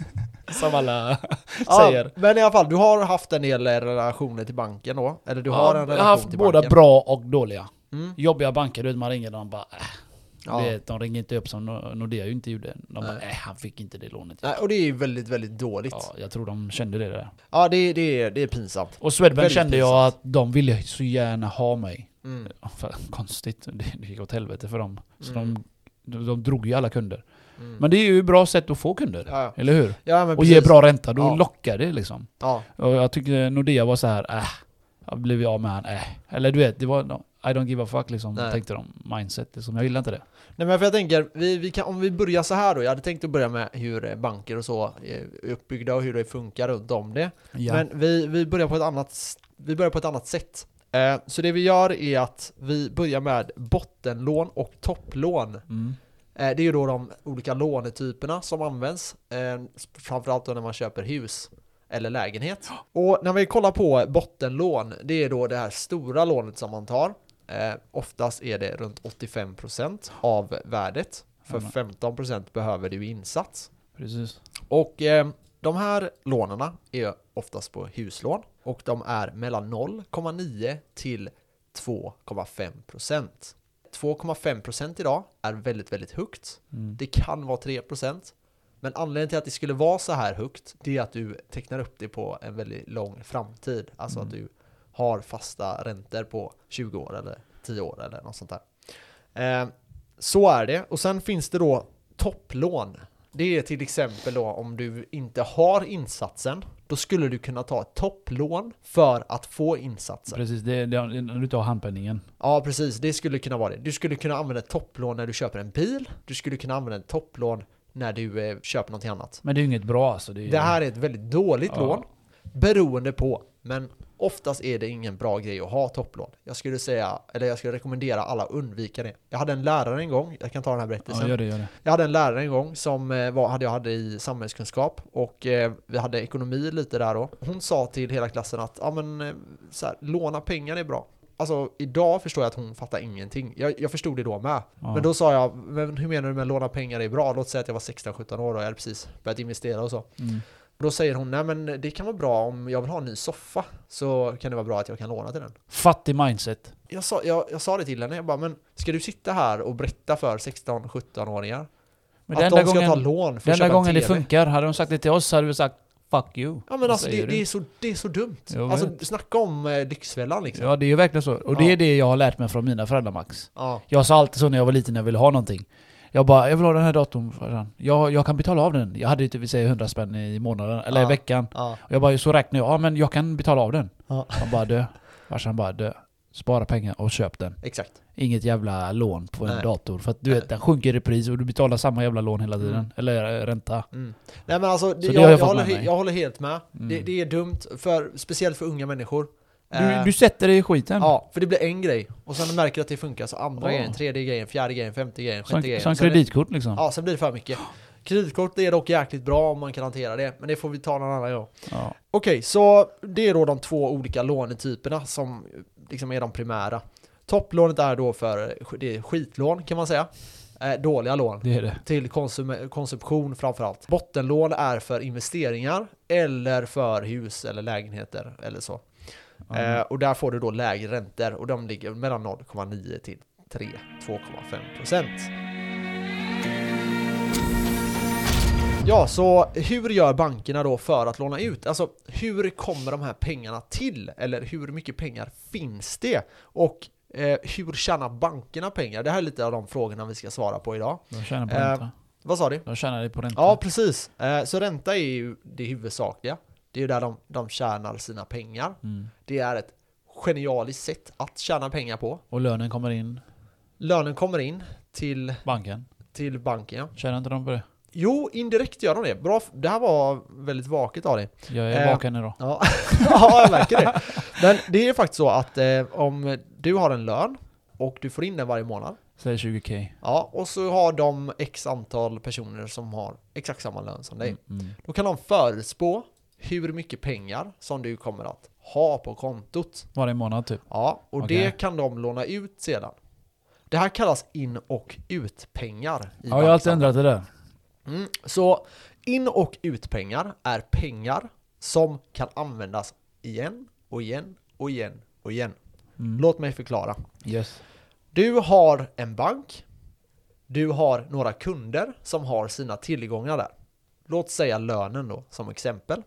Som alla ja, säger. Men i alla fall, du har haft en del relationer till banken då? Eller du ja, har en relation jag har haft till båda banken. Bra och dåliga. Mm. Jobbiga banker, du vet, man ringer och de bara... Äh. Ja. Vet, de ringer inte upp som Nordea ju inte gjorde. De bara, nej, han fick inte det lånet. Nej, och det är ju väldigt, väldigt dåligt. Ja, jag tror de kände det där. Ja, det, det, är, det är pinsamt. Och Swedbank kände pinsamt. Jag att de ville så gärna ha mig. Mm. För, konstigt, det, det gick åt helvete för dem. Så Mm. de, de, de drog ju alla kunder. Mm. Men det är ju ett bra sätt att få kunder, ja, ja. eller hur? Ja, men och ge bra ränta, då ja. lockar det liksom. Ja. Och jag tycker Nordea var så här, äh, jag blev av med han, äh. Eller du vet, det var... No, I don't give a fuck liksom, Nej. tänkte de. Mindset, liksom. Jag gillar inte det. Nej, men för jag tänker, vi, vi kan, om vi börjar så här då. Jag hade tänkt att börja med hur banker och så är uppbyggda och hur det funkar runt om det. Ja. Men vi, vi börjar på ett annat, vi börjar på ett annat sätt. Eh, så det vi gör är att vi börjar med bottenlån och topplån. Mm. Eh, det är ju då de olika lånetyperna som används. Eh, framförallt då när man köper hus eller lägenhet. Och när vi kollar på bottenlån, det är då det här stora lånet som man tar. Eh, oftast är det runt åttiofem procent av värdet. För Amen. femton procent behöver du insats. Precis. Och eh, de här lånerna är oftast på huslån. Och de är mellan noll komma nio till två komma fem procent. två komma fem procent idag är väldigt, väldigt högt. Mm. Det kan vara tre procent. Men anledningen till att det skulle vara så här högt, det är att du tecknar upp det på en väldigt lång framtid. Alltså mm. att du har fasta räntor på tjugo år eller tio år eller något sånt där. Eh, så är det. Och sen finns det då topplån. Det är till exempel då om du inte har insatsen, då skulle du kunna ta ett topplån för att få insatsen. Precis, det, det, när du tar handpenningen. Ja, precis. Det skulle kunna vara det. Du skulle kunna använda ett topplån när du köper en bil. Du skulle kunna använda ett topplån när du eh, köper något annat. Men det är ju inget bra alltså. Det, är ju... det här är ett väldigt dåligt ja. lån. Beroende på. Men oftast är det ingen bra grej att ha topplån. Jag skulle säga, eller jag skulle rekommendera alla att undvika det. Jag hade en lärare en gång, jag kan ta den här berättelsen. Ja, gör det, gör det. Jag hade en lärare en gång som var, hade jag hade i samhällskunskap. Och eh, vi hade ekonomi lite där då. Hon sa till hela klassen att ja, men, så här, låna pengar är bra. Alltså idag förstår jag att hon fattar ingenting. Jag, jag förstod det då med. Ja. Men då sa jag, men hur menar du med att låna pengar är bra? Låt säga att jag var sexton sjutton år och jag hade precis börjat investera och så. Mm. Då säger hon, nej men det kan vara bra om jag vill ha en ny soffa. Så kan det vara bra att jag kan låna till den. Fattig mindset. Jag sa, jag, jag sa det till henne, jag bara, men ska du sitta här och berätta för sexton sjutton-åringar men att de ska gången, ta lån för att köpa en gången T V? Det funkar, hade de sagt det till oss hade vi sagt fuck you. Ja men alltså det, det, är så, det är så dumt. Jag alltså vet. Snacka om eh, lyxfällan liksom. Ja det är ju verkligen så. Och ja. det är det jag har lärt mig från mina föräldrar, Max. Ja. Jag sa alltid så när jag var liten när jag ville ha någonting. Jag bara, jag vill ha den här datorn. Jag, jag kan betala av den. Jag hade ju typ, vi säger hundra spänn i månaden, eller ja. i veckan. Ja. Och jag bara, så räknar jag. Ja men jag kan betala av den. Ja. Han bara, dö. Varsan bara, dö. Spara pengar och köp den. Exakt. Inget jävla lån på en Nej. dator. För att du vet, den sjunker i pris och du betalar samma jävla lån hela tiden. Mm. Eller äh, ränta. Mm. Nej men alltså, det, det jag, jag, jag, jag, håller, jag håller helt med. Mm. Det, det är dumt, för, speciellt för unga människor. Du, du sätter dig i skiten. Ja, för det blir en grej. Och sen märker du att det funkar. Så andra ja. grejen, tredje grejen, fjärde grejen, femte grejen, sjätte som, grejen. Som kreditkort liksom. Ja, sen blir det för mycket. Kreditkort är dock jäkligt bra om man kan hantera det. Men det får vi ta någon annan gång. Ja. Okej, okay, så det är då de två olika lånetyperna som liksom är de primära. Topplånet är då för det är skitlån kan man säga. Eh, dåliga lån. Det är det. Till konsum- konsumtion framförallt. Bottenlån är för investeringar eller för hus eller lägenheter eller så. Mm. Eh, och där får du då lägre räntor och de ligger mellan noll komma nio till tre, två komma fem procent. Ja, så hur gör bankerna då för att låna ut? Alltså, hur kommer de här pengarna till? Eller hur mycket pengar finns det? Och eh, hur tjänar bankerna pengar? Det här är lite av de frågorna vi ska svara på idag. De tjänar på ränta. Eh, vad sa du? De tjänar på ränta. Ja, precis. Eh, så ränta är ju det huvudsakliga. Det är ju där de, de tjänar sina pengar. Mm. Det är ett genialiskt sätt att tjäna pengar på. Och lönen kommer in? Lönen kommer in till banken. Till banken, ja. Tjänar inte de på det? Jo, indirekt gör de det. Bra, det här var väldigt vaket av dig. Jag är vaken idag. Ja. Ja, jag märker det. Men det är faktiskt så att eh, om du har en lön och du får in den varje månad. Säg tjugo k. Ja, och så har de x antal personer som har exakt samma lön som dig. Mm, mm. Då kan de förutspå hur mycket pengar som du kommer att ha på kontot. Varje månad typ? Ja, och okay. det kan de låna ut sedan. Det här kallas in- och utpengar. I ja, jag har alltid ändrat det där. Mm. Så in- och utpengar är pengar som kan användas igen och igen och igen och igen. Mm. Låt mig förklara. Yes. Du har en bank. Du har några kunder som har sina tillgångar där. Låt säga lönen då som exempel.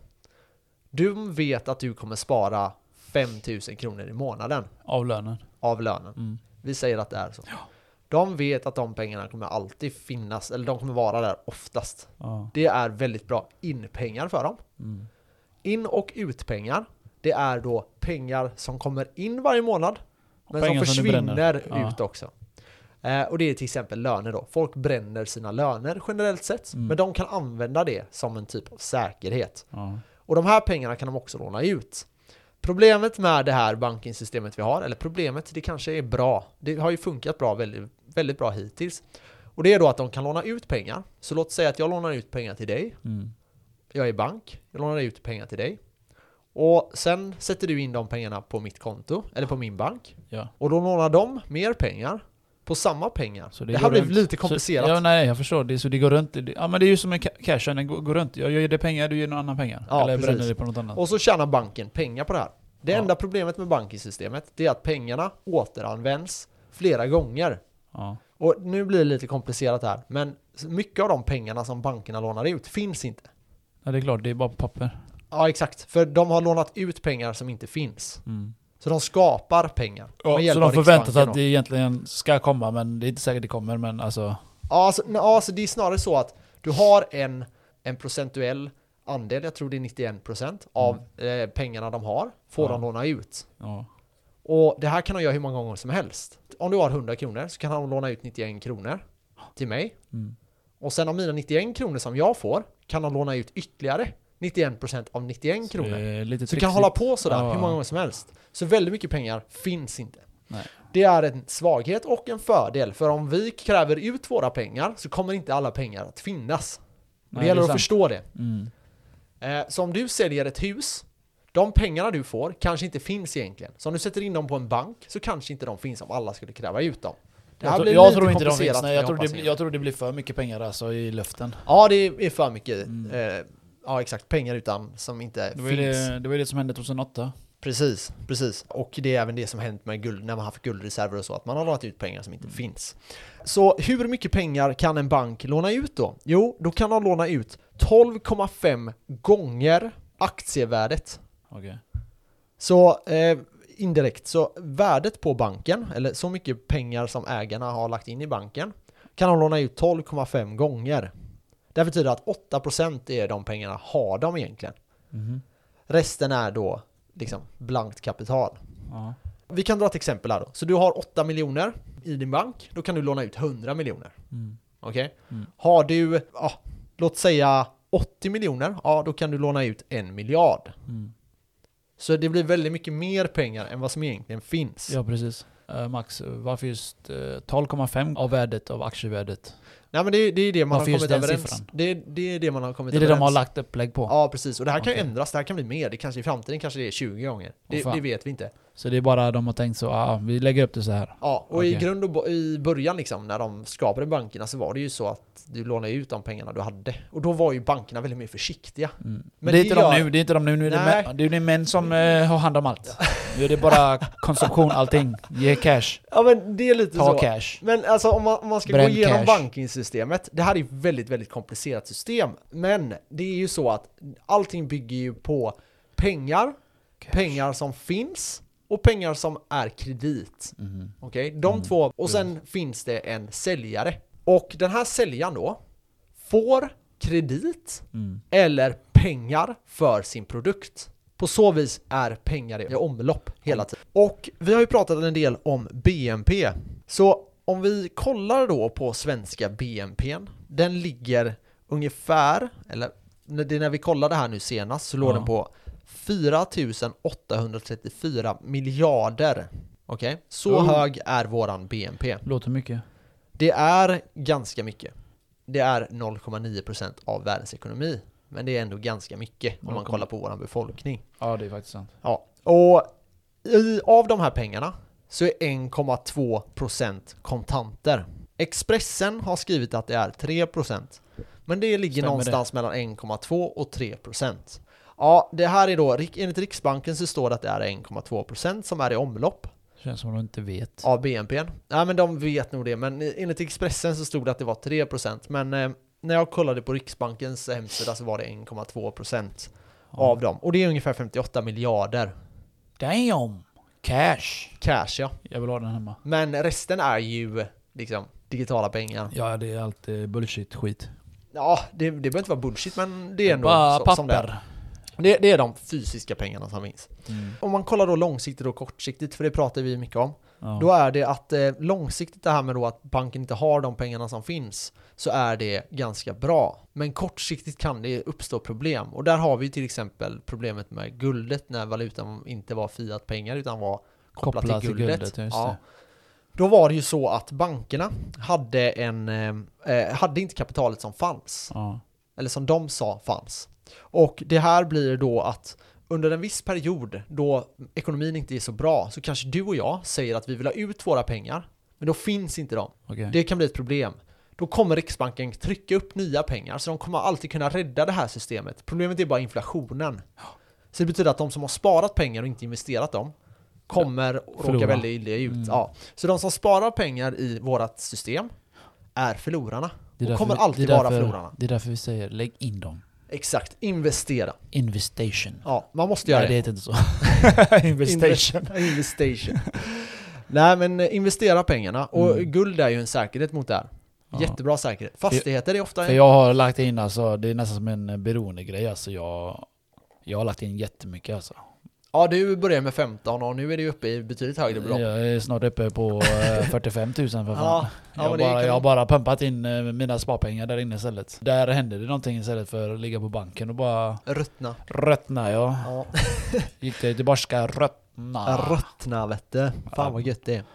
Du vet att du kommer spara fem tusen kronor i månaden. Av lönen. Av lönen. Mm. Vi säger att det är så. Ja. De vet att de pengarna kommer alltid finnas, eller de kommer vara där oftast. Ja. Det är väldigt bra inpengar för dem. Mm. In- och utpengar, det är då pengar som kommer in varje månad, men pengar som försvinner som ut ja. också. Eh, och det är till exempel löner då. Folk bränner sina löner generellt sett, mm. men de kan använda det som en typ av säkerhet. Ja. Och de här pengarna kan de också låna ut. Problemet med det här bankingsystemet vi har, eller problemet, det kanske är bra. Det har ju funkat bra, väldigt, väldigt bra hittills. Och det är då att de kan låna ut pengar. Så låt säga att jag lånar ut pengar till dig. Mm. Jag är bank, jag lånar ut pengar till dig. Och sen sätter du in de pengarna på mitt konto, eller på min bank. Ja. Och då lånar de mer pengar på samma pengar. Så det det här blir lite komplicerat. Så, ja, nej, jag förstår. Det, så det går runt. Ja, men det är ju som en cash, den går, går runt. Jag ger dig pengar, du ger någon annan pengar. Ja, eller precis. bränner det på något annat. Och så tjänar banken pengar på det här. Det ja. enda problemet med banksystemet, det är att pengarna återanvänds flera gånger. Ja. Och nu blir det lite komplicerat här. Men mycket av de pengarna som bankerna lånar ut finns inte. Ja, det är klart. Det är bara på papper. Ja, exakt. För de har lånat ut pengar som inte finns. Mm. Så de skapar pengar. Ja, så de förväntar sig att det egentligen ska komma, men det är inte säkert det kommer, men alltså... Ja, alltså, ja, alltså det är snarare så att du har en, en procentuell andel, jag tror det är nittioen procent av mm. eh, pengarna de har, får ja. de låna ut. Ja. Och det här kan de göra hur många gånger som helst. Om du har hundra kronor så kan de låna ut nittioen kronor till mig. Mm. Och sen av mina nittioen kronor som jag får kan de låna ut ytterligare nittioen procent av nittioen så kronor. Lite så du kan hålla på sådär ja. hur många gånger som helst. Så väldigt mycket pengar finns inte. Nej. Det är en svaghet och en fördel. För om vi kräver ut våra pengar så kommer inte alla pengar att finnas. Nej, det gäller det att förstå det. Mm. Eh, så om du säljer ett hus, de pengarna du får kanske inte finns egentligen. Så om du sätter in dem på en bank så kanske inte de finns om alla skulle kräva ut dem. Det här jag blir jag lite tror inte de komplicerat. finns. Nej, jag, tror det, jag tror det blir för mycket pengar alltså i luften. Ja, det är för mycket. Mm. Eh, ja, exakt. Pengar utan som inte det var finns. Det, det var det som hände tjugohundraåtta. Precis, precis. Och det är även det som hänt med guld när man har haft guldreserver och så, att man har lånat ut pengar som inte mm. finns. Så hur mycket pengar kan en bank låna ut då? Jo, då kan de låna ut tolv komma fem gånger aktievärdet. Okay. Så eh, indirekt, så värdet på banken, eller så mycket pengar som ägarna har lagt in i banken, kan de låna ut tolv komma fem gånger. Det betyder att åtta procent är de pengarna har de egentligen. Mm. Resten är då liksom blankt kapital. Ja. Vi kan dra ett exempel här då. Så du har åtta miljoner i din bank, då kan du låna ut hundra miljoner. Mm. Okej? Okay? Mm. Har du, ja, låt säga åttio miljoner, ja då kan du låna ut en miljard. Mm. Så det blir väldigt mycket mer pengar än vad som egentligen finns. Ja, precis. Uh, Max, varför just uh, tolv komma fem av värdet av aktievärdet? Nej, men det, det är det man varför har kommit överens. Siffran? Det, det är det man har kommit överens. Det är överens. det de har lagt upplägg på. Ja, precis. Och det här kan okay. ju ändras. Det här kan bli mer. Det kanske i framtiden kanske det är tjugo gånger. Det, det vet vi inte. Så det är bara de har tänkt så, ja, ah, vi lägger upp det så här. Ja, och okay. i grund och bo- i början liksom, när de skapade bankerna så var det ju så att du lånade ut de pengarna du hade. Och då var ju bankerna väldigt mer försiktiga. Mm. Men det är, inte gör... de nu, det är inte de nu, nu är det, män, det är ju män som eh, har hand om allt. Nu är det bara konsumtion, allting. Ge cash. Ja, men det är lite Ta så. cash. Men alltså om man, om man ska Bränn gå igenom cash. bankingsystemet, det här är ett väldigt, väldigt komplicerat system. Men det är ju så att allting bygger ju på pengar, cash. Pengar som finns och pengar som är kredit. Mm. Okej, okay? De mm. två. Och sen mm. finns det en säljare. Och den här säljaren då får kredit mm. eller pengar för sin produkt. På så vis är pengar i omlopp hela tiden. Och vi har ju pratat en del om B N P. Så om vi kollar då på svenska B N P, den ligger ungefär, eller det är när vi kollade här nu senast så låg ja. den på fyra tusen åttahundratrettiofyra miljarder. Okej, okay? Så oh. hög är våran B N P. Låter mycket. Det är ganska mycket. Det är noll komma nio procent av världens ekonomi. Men det är ändå ganska mycket om man kollar på vår befolkning. Ja, det är faktiskt sant. Ja. Och i, av de här pengarna så är en komma två procent kontanter. Expressen har skrivit att det är tre procent. Men det ligger Stämmer någonstans det? mellan en komma två och tre procent. Ja, det här är då, enligt Riksbanken så står det att det är en komma två procent som är i omlopp. Känns som de inte vet. Av B N P. Nej, men de vet nog det. Men enligt Expressen så stod det att det var tre procent. Men eh, när jag kollade på Riksbankens hemsida så var det en komma två procent ja. av dem. Och det är ungefär femtioåtta miljarder. Damn! Cash. Cash, ja. Jag vill ha den hemma. Men resten är ju liksom digitala pengar. Ja, det är allt bullshit-skit. Ja, det, det behöver inte vara bullshit, men det är ändå bara så, papper. Som det är. Det, det är de fysiska pengarna som finns. Mm. Om man kollar då långsiktigt och kortsiktigt, för det pratar vi mycket om, ja. då är det att eh, långsiktigt det här med då att banken inte har de pengarna som finns, så är det ganska bra. Men kortsiktigt kan det uppstå problem. Och där har vi till exempel problemet med guldet när valutan inte var fiat-pengar utan var kopplat, kopplat till guldet. Till guldet ja. Då var det ju så att bankerna hade, en, eh, hade inte kapitalet som fanns. Ja. Eller som de sa fanns. Och det här blir då att under en viss period då ekonomin inte är så bra så kanske du och jag säger att vi vill ha ut våra pengar, men då finns inte de. Okay. Det kan bli ett problem. Då kommer Riksbanken trycka upp nya pengar, så de kommer alltid kunna rädda det här systemet. Problemet är bara inflationen. Så det betyder att de som har sparat pengar och inte investerat dem kommer ja, råka väldigt illa ut. Mm. Ja. Så de som sparar pengar i vårat system är förlorarna. Det är och kommer vi, alltid det är vara därför, förlorarna. Det är därför vi säger lägg in dem. Exakt, investera. Investation. Ja, man måste göra Nej, det. det heter inte så. Investation. Investation. Nej, men investera pengarna. Och mm. guld är ju en säkerhet mot det här. Ja. Jättebra säkerhet. Fastigheter är ofta... För jag har lagt in, alltså, det är nästan som en beroendegrej. Alltså, jag, jag har lagt in jättemycket alltså. Ja, du börjar med femton och nu är du uppe i betydligt högre belopp. Jag är snart uppe på fyrtiofem tusen för fan. Ja, ja, jag, bara, kan... jag har bara pumpat in mina sparpengar där inne istället. Där händer det någonting istället för att ligga på banken och bara... Röttna. Röttna, ja. ja. Gick det tillbaka röttna. Röttna, vet du. Fan vad gött det är.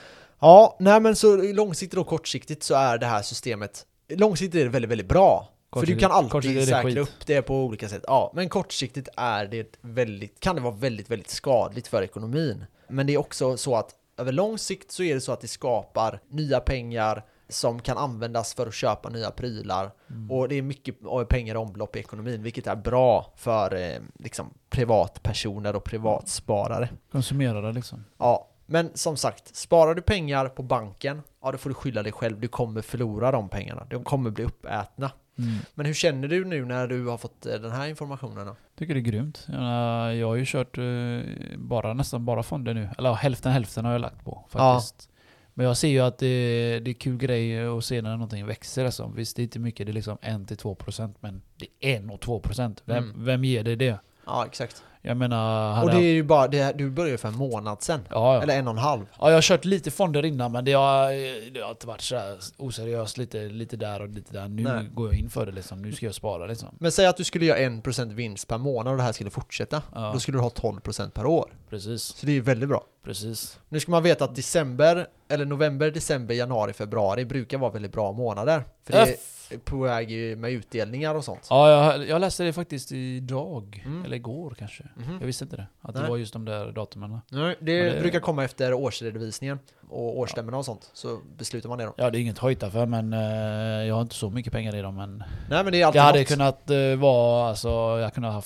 Ja, nej men så långsiktigt och kortsiktigt så är det här systemet... Långsiktigt är det väldigt, väldigt bra. För du kan alltid säkra upp det på olika sätt. Ja, men kortsiktigt är det väldigt, kan det vara väldigt, väldigt skadligt för ekonomin. Men det är också så att över lång sikt så är det så att det skapar nya pengar som kan användas för att köpa nya prylar. Mm. Och det är mycket pengar i omlopp i ekonomin, vilket är bra för eh, liksom, privatpersoner och privatsparare. Konsumerare liksom. Ja. Men som sagt, sparar du pengar på banken, ja då får du skylla dig själv. Du kommer förlora de pengarna. De kommer bli uppätna. Mm. Men hur känner du nu när du har fått den här informationen då? Jag tycker det är grymt. Jag, jag har ju kört bara, nästan bara fonder nu. Eller hälften hälften har jag lagt på faktiskt. Ja. Men jag ser ju att det, det är kul grej att se när någonting växer. Alltså. Visst, det är inte mycket, det är liksom en till två procent. Men det är en och två procent. Vem, mm. vem ger det det? Ja, exakt. Jag menar... Och det är ju bara, det, du började för en månad sedan. Ja, ja. Eller en och en halv. Ja, jag har kört lite fonder innan, men det har, det har inte varit så här oseriöst. Lite, lite där och lite där. Nu Nej. går jag in för det liksom. Nu ska jag spara liksom. Men säg att du skulle göra en procent vinst per månad och det här skulle fortsätta. Ja. Då skulle du ha tolv procent per år. Precis. Så det är väldigt bra. Precis. Nu ska man veta att december, eller november, december, januari, februari brukar vara väldigt bra månader. För det är på väg med utdelningar och sånt. Ja, jag, jag läste det faktiskt idag. Mm. Eller igår kanske. Mm. Jag visste inte det. Att Nej. det var just de där datumen. Nej, det, det brukar komma efter årsredovisningen och årsstämmorna och sånt. Så beslutar man det då. Ja, det är inget höjta för, men eh, jag har inte så mycket pengar i dem. Men Nej, men det är alltid jag hade något. kunnat eh, vara, alltså, jag kunde ha haft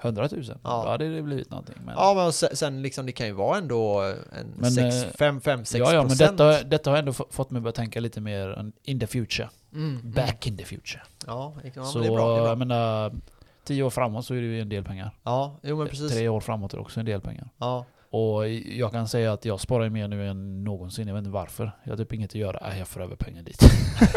hundratusen. Ja. Då hade det blivit någonting. Men... Ja, men sen, sen liksom det kan ju vara ändå en fem till sex ja, ja, men detta, detta har ändå fått mig att börja tänka lite mer in the future. Mm, Back mm. in the future. Ja, ja så det är bra, det är bra. Jag menar, tio år framåt så är det ju en del pengar. Ja, jo men precis. Tre år framåt är det också en del pengar. Ja. Och jag kan säga att jag sparar mer nu än någonsin. Jag vet inte varför. Jag har typ inget att göra. Nej, jag får över pengar dit.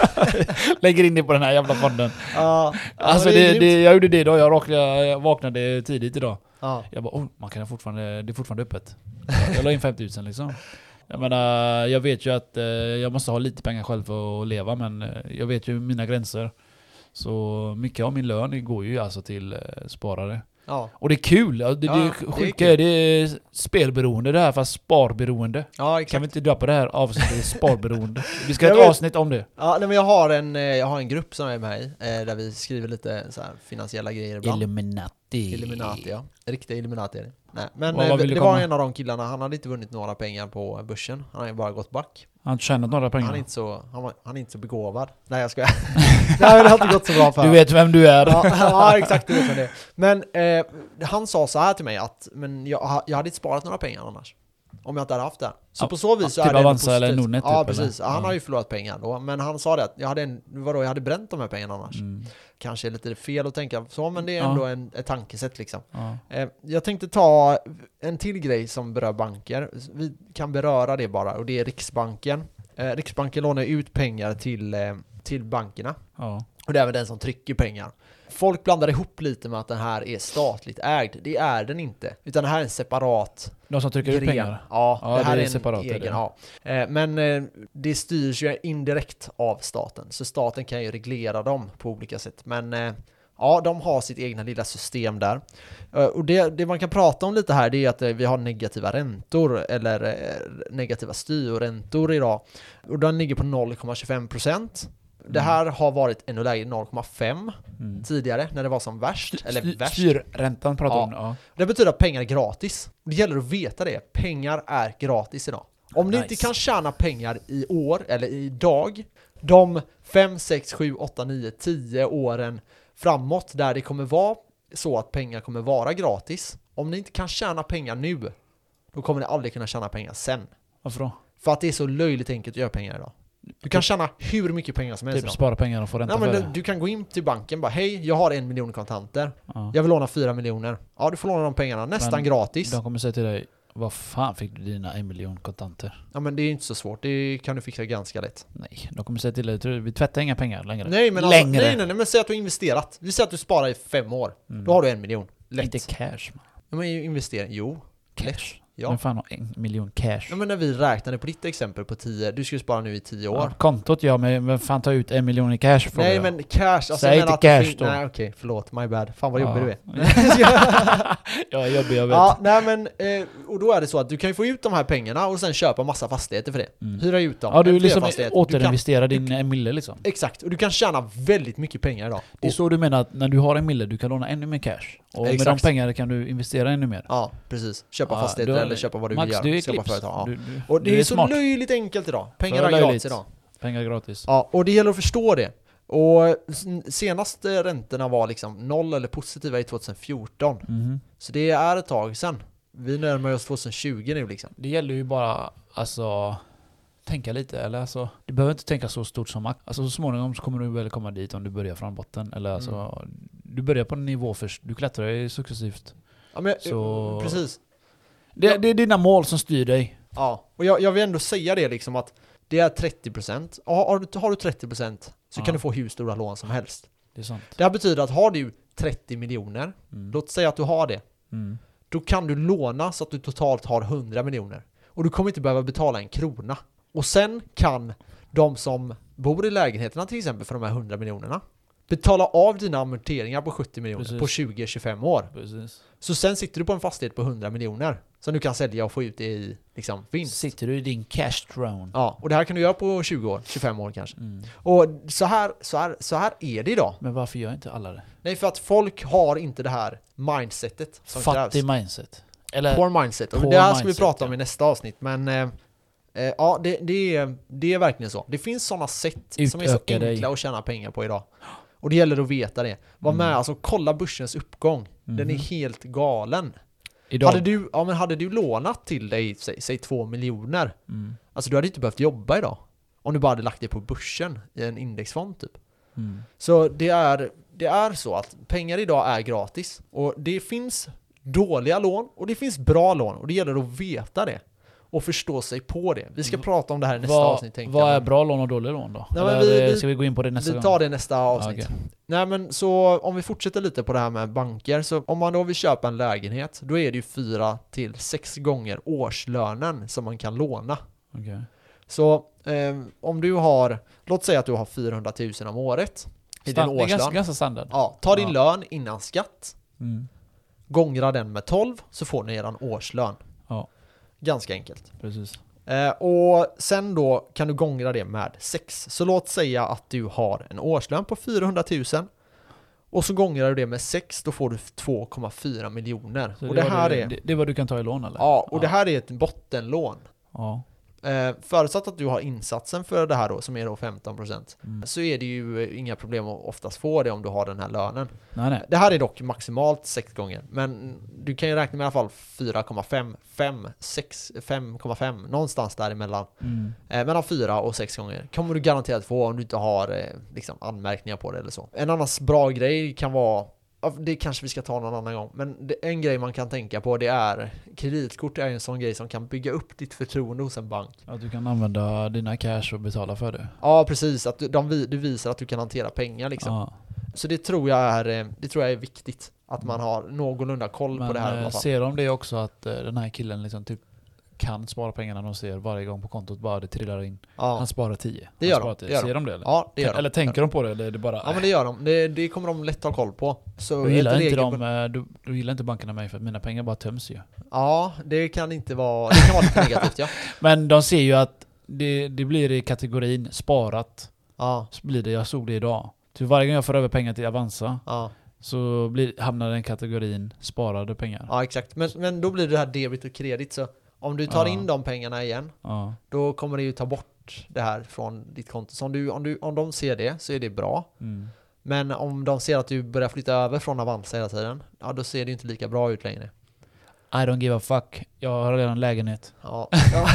Lägger in det på den här jävla fonden. Ja, alltså det, det, det, jag gjorde det idag. Jag, råkade, jag vaknade tidigt idag. Ja. Jag bara, oh, man kan fortfarande, det är fortfarande öppet. Jag la in fem tusen liksom. Jag menar, jag vet ju att eh, jag måste ha lite pengar själv för att leva. Men eh, jag vet ju mina gränser. Så mycket av min lön går ju alltså till eh, sparare. Ja. Och det är kul. Det, ja, det, det sjuka är, det är spelberoende det här, fast sparberoende. Ja, kan vi inte dra på det här avsnittet sparberoende? Vi ska ha ett avsnitt om det. Ja, nej, men jag har en jag har en grupp som är med i där vi skriver lite så här finansiella grejer ibland. Illuminati. Illuminati, ja. Riktiga Illuminati är det. Nej, men vad, vad det var en av de killarna, han hade inte vunnit några pengar på börsen. Han har ju bara gått back. Han har inte tjänat några pengar. Han är inte så, han, var, han är inte så begåvad. Nej, jag skojar. Nej, det har inte gått så bra för Du vet vem du är. Ja, ja exakt, du vet vem det är. Men eh, han sa så här till mig att men jag, jag hade inte sparat några pengar annars. Om jag inte hade haft det. Så ja, på så vis så typ är det Avanza eller Nordnet. Ja, typ, precis. eller? Han ja. har ju förlorat pengar då. Men han sa det att jag hade, en, vadå, jag hade bränt de här pengarna annars. Mm. Kanske är lite fel att tänka så, men det är ändå ja. en, ett tankesätt liksom. Ja. Eh, jag tänkte ta en till grej som berör banker. Vi kan beröra det bara, och det är Riksbanken. Eh, Riksbanken lånar ut pengar till, eh, till bankerna. Ja. Och det är även den som trycker pengar. Folk blandar ihop lite med att den här är statligt ägd. Det är den inte. Utan det här är en separat de som trycker gren. ut pengar? Ja, ja det här det är, är en separat, egen. det. Ja. Eh, men eh, det styrs ju indirekt av staten. Så staten kan ju reglera dem på olika sätt. Men eh, ja, de har sitt egna lilla system där. Eh, och det, det man kan prata om lite här, det är att eh, vi har negativa räntor. Eller eh, negativa styrräntor idag. Och den ligger på noll komma tjugofem procent. Det här har varit ännu lägre, noll komma fem mm. tidigare när det var som värst. Styr, eller värst. Styrräntan pratar ja. om. Ja. Det betyder att pengar är gratis. Det gäller att veta det. Pengar är gratis idag. Om nice. Ni inte kan tjäna pengar i år eller idag, de fem, sex, sju, åtta, nio, tio åren framåt där det kommer vara så att pengar kommer vara gratis. Om ni inte kan tjäna pengar nu, då kommer ni aldrig kunna tjäna pengar sen. Varför då? För att det är så löjligt enkelt att göra pengar idag. Du kan tjäna hur mycket pengar som helst. Typ spara pengar och få ränta. Nej, men för du, du kan gå in till banken och bara, hej, jag har en miljon kontanter. Ja. Jag vill låna fyra miljoner. Ja, du får låna de pengarna nästan men gratis. De kommer säga till dig, vad fan fick du dina en miljon kontanter? Ja, men det är inte så svårt. Det kan du fixa ganska lätt. Nej, de kommer säga till dig, vi tvättar inga pengar längre. Nej, men, längre. Alltså, nej, nej, nej, men säg att du har investerat. Vi säger att du sparar i fem år. Mm. Då har du en miljon. Lätt. Inte cash, man. Ja, men investering, jo. Cash. Ja. Men fan har en miljon cash. Ja, men när vi räknade på ditt exempel på tio, du skulle spara nu i tio år. Ja, kontot ja, men vem fan tar ut en miljon i cash? Nej, jag. men cash. Alltså, säg inte cash fin- då. Nej, okej, okay, förlåt, my bad. Fan vad jobbig ja. du är. Ja, jobbig, jag vet. Ja, nej men, eh, och då är det så att du kan ju få ut de här pengarna och sen köpa massa fastigheter för det. Mm. Hyra ut dem. Ja, du liksom återinvesterar din en mille liksom. Exakt, och du kan tjäna väldigt mycket pengar idag. Det är så du menar att när du har en mille, du kan låna ännu mer cash. Och exakt. Med de pengarna kan du investera ännu mer. Ja, precis. Köpa ja, fastigheter då, eller köpa vad du Max, vill du göra. Är Skapa företag. Ja. Du, du, och det du är, är så smart. löjligt enkelt idag. Pengar är löjligt. gratis idag. Pengar gratis. Ja, och det gäller att förstå det. Och senaste räntorna var liksom noll eller positiva i tjugohundrafjorton. Mm. Så det är ett tag sedan. Vi närmar oss tjugohundratjugo nu liksom. Det gäller ju bara alltså tänka lite, eller alltså du behöver inte tänka så stort som Max. Alltså så småningom så kommer du väl komma dit om du börjar från botten eller alltså mm. du börjar på en nivå först. Du klättrar ju successivt. Ja, men så precis. Det, ja. det är dina mål som styr dig. Ja, och jag, jag vill ändå säga det liksom att det är trettio procent. Har, har, du, har du trettio procent så ja. kan du få hur stora lån som helst. Det är sant. Det här betyder att har du trettio miljoner, mm. låt säga att du har det. Mm. Då kan du låna så att du totalt har hundra miljoner. Och du kommer inte behöva betala en krona. Och sen kan de som bor i lägenheterna till exempel för de här hundra miljonerna betala av dina amorteringar på sjuttio miljoner Precis. På tjugo till tjugofem år. Precis. Så sen sitter du på en fastighet på hundra miljoner som du kan sälja och få ut i liksom, vinst. Sitter du i din cash throne. Ja, och det här kan du göra på tjugo år, tjugofem år kanske. Mm. Och så här, så, här, så här är det idag. Men varför gör inte alla det? Nej, för att folk har inte det här mindsetet som Fattig krävs. mindset. Eller poor mindset. Och poor det här ska mindset, vi prata om ja. i nästa avsnitt. Men eh, eh, ja, det, det, är, det är verkligen så. Det finns sådana sätt Utöka som är så dig. enkla att tjäna pengar på idag. Och det gäller att veta det. Var med, mm. alltså kolla börsens uppgång. Mm. Den är helt galen. Idag. Hade du, ja, men hade du lånat till dig, säg, säg två miljoner, mm. alltså du hade inte behövt jobba idag. Om du bara hade lagt det på börsen i en indexfond typ. Mm. Så det är, det är så att pengar idag är gratis. Och det finns dåliga lån och det finns bra lån. Och det gäller att veta det. Och förstå sig på det. Vi ska mm. prata om det här i nästa Va, avsnitt. Vad är bra lån och dåliga lån då? Nej, men vi, ska vi gå in på det nästa vi gång? Vi tar det nästa avsnitt. Ah, okay. Nej, men så om vi fortsätter lite på det här med banker. Så om man då vill köpa en lägenhet, då är det ju fyra till sex gånger årslönen som man kan låna. Okay. Så eh, om du har, låt säga att du har fyrahundratusen om året i Stand, din årslön. Det är ganska, ganska standard. Ja, ta din ja. lön innan skatt. Mm. Gångra den med tolv så får ni eran årslön. Ja. Ganska enkelt. Precis. Eh, och sen då kan du gångra det med sex. Så låt säga att du har en årslön på fyrahundratusen. Och så gångrar du det med sex, då får du två komma fyra miljoner. Så och det, det här du, är det, det är vad du kan ta i lån eller? Ja, och ja. det här är ett bottenlån. Ja. Eh, förutsatt att du har insatsen för det här då, som är då femton procent, mm. så är det ju inga problem att oftast få det om du har den här lönen. Nej, nej. Det här är dock maximalt sex gånger, men du kan ju räkna med i alla fall fyra komma fem, fem, sex, fem komma fem, någonstans däremellan. Mm. Eh, mellan fyra och sex gånger kommer du garanterat få om du inte har eh, liksom anmärkningar på det eller så. En annan bra grej kan vara, det kanske vi ska ta någon annan gång, men det, en grej man kan tänka på, det är kreditkort är en sån grej som kan bygga upp ditt förtroende hos en bank. Att du kan använda dina cash och betala för det. Ja, precis. Att du, de, du visar att du kan hantera pengar liksom. Ja. Så det tror jag är, det tror jag är viktigt. Att man har någorlunda koll men, på det här. Men ser de det också att den här killen liksom typ kan spara pengarna de ser varje gång på kontot, bara det trillar in. Ja. Han sparar tio. Det gör de. Det gör ser de det eller? Ja, det gör Eller de. tänker de på det eller är det bara... Ja, men det gör de. Det, det kommer de lätt ha koll på. Så du, gillar inte de, du, du gillar inte bankerna mig för att mina pengar bara töms ju. Ja, det kan inte vara... Det kan vara lite negativt, ja. Men de ser ju att det, det blir i kategorin sparat. Ja. Så blir det, jag såg det idag. Så varje gång jag får över pengar till Avanza, ja, så blir, hamnar den kategorin sparade pengar. Ja, exakt. Men, men då blir det här debit och kredit, så om du tar ja. in de pengarna igen, ja. då kommer det ju ta bort det här från ditt konto. Så om, du, om, du, om de ser det så är det bra. Mm. Men om de ser att du börjar flytta över från Avanza hela tiden, ja, då ser det inte lika bra ut längre. I don't give a fuck. Jag har redan lägenhet. Ja. ja.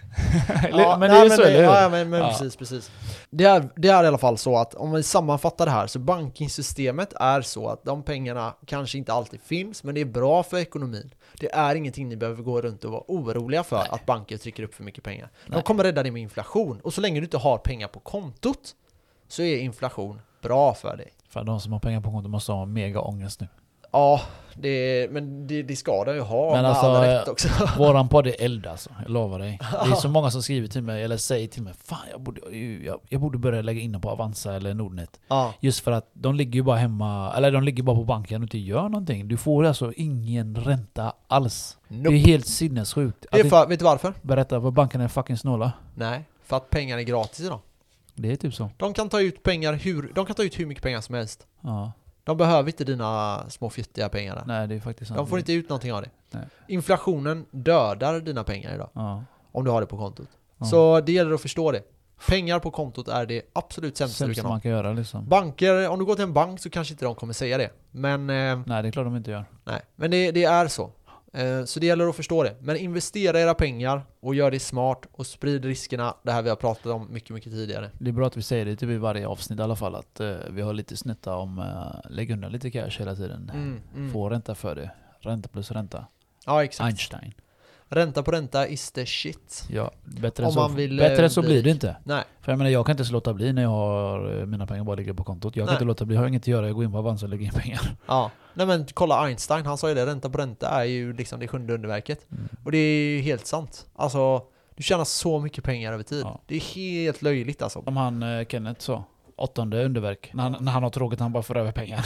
ja, men det är ju så, eller hur? Ja, men, men ja. precis, precis. Det är, det är i alla fall så att om vi sammanfattar det här, så bankingsystemet är så att de pengarna kanske inte alltid finns, men det är bra för ekonomin. Det är ingenting ni behöver gå runt och vara oroliga för. Nej. Att banker trycker upp för mycket pengar. De Nej. kommer rädda dig med inflation. Och så länge du inte har pengar på kontot, så är inflation bra för dig. För de som har pengar på kontot måste ha mega ångest nu. Ja, det, men det, det ska de ju ha. Men alltså, rätt också. Våran podd är eld alltså, jag lovar dig. Det är så många som skriver till mig, eller säger till mig, fan jag borde, jag, jag borde börja lägga in på Avanza eller Nordnet. Ja. Just för att de ligger ju bara hemma, eller de ligger bara på banken och inte gör någonting. Du får alltså ingen ränta alls. Nope. Det är helt sinnessjukt. Det är för, vet du varför? Berätta, vad banken är fucking snåla. Nej, för att pengar är gratis idag. Det är typ så. De kan ta ut pengar hur, de kan ta ut hur mycket pengar som helst. Ja. De behöver inte dina små fjuttiga pengar där. Nej, det är faktiskt sant. De får inte ut någonting av det. Nej. Inflationen dödar dina pengar idag. Ja. Om du har det på kontot. Ja. Så det gäller att förstå det. Pengar på kontot är det absolut sämsta du kan ha. Man kan göra liksom. Banker, om du går till en bank så kanske inte de kommer säga det. Men, eh, nej, det är klart de inte gör. Nej, men det, det är så. Eh, så det gäller att förstå det. Men investera era pengar och gör det smart och sprid riskerna. Det här vi har pratat om mycket, mycket tidigare. Det är bra att vi säger det typ i varje avsnitt i alla fall. Att eh, vi har lite snutta om eh, lägg undan lite cash hela tiden. Mm, mm. Få ränta för det. Ränta plus ränta. Ja, exakt. Einstein. Ränta på ränta is the shit. Ja, bättre än så, vill, bättre än så blir det inte. Nej. För jag menar, jag kan inte låta bli när jag har mina pengar bara ligger på kontot. Jag kan Nej. inte låta bli, jag har inget att göra, jag går in på Avanza och lägger in pengar. Ja, nej men kolla Einstein, han sa ju det, ränta på ränta är ju liksom det sjunde underverket. Mm. Och det är ju helt sant. Alltså, du tjänar så mycket pengar över tid. Ja. Det är helt löjligt alltså. Som han eh, Kenneth sa. Åttonde underverk. När han, när han har tråkigt han bara får över pengar.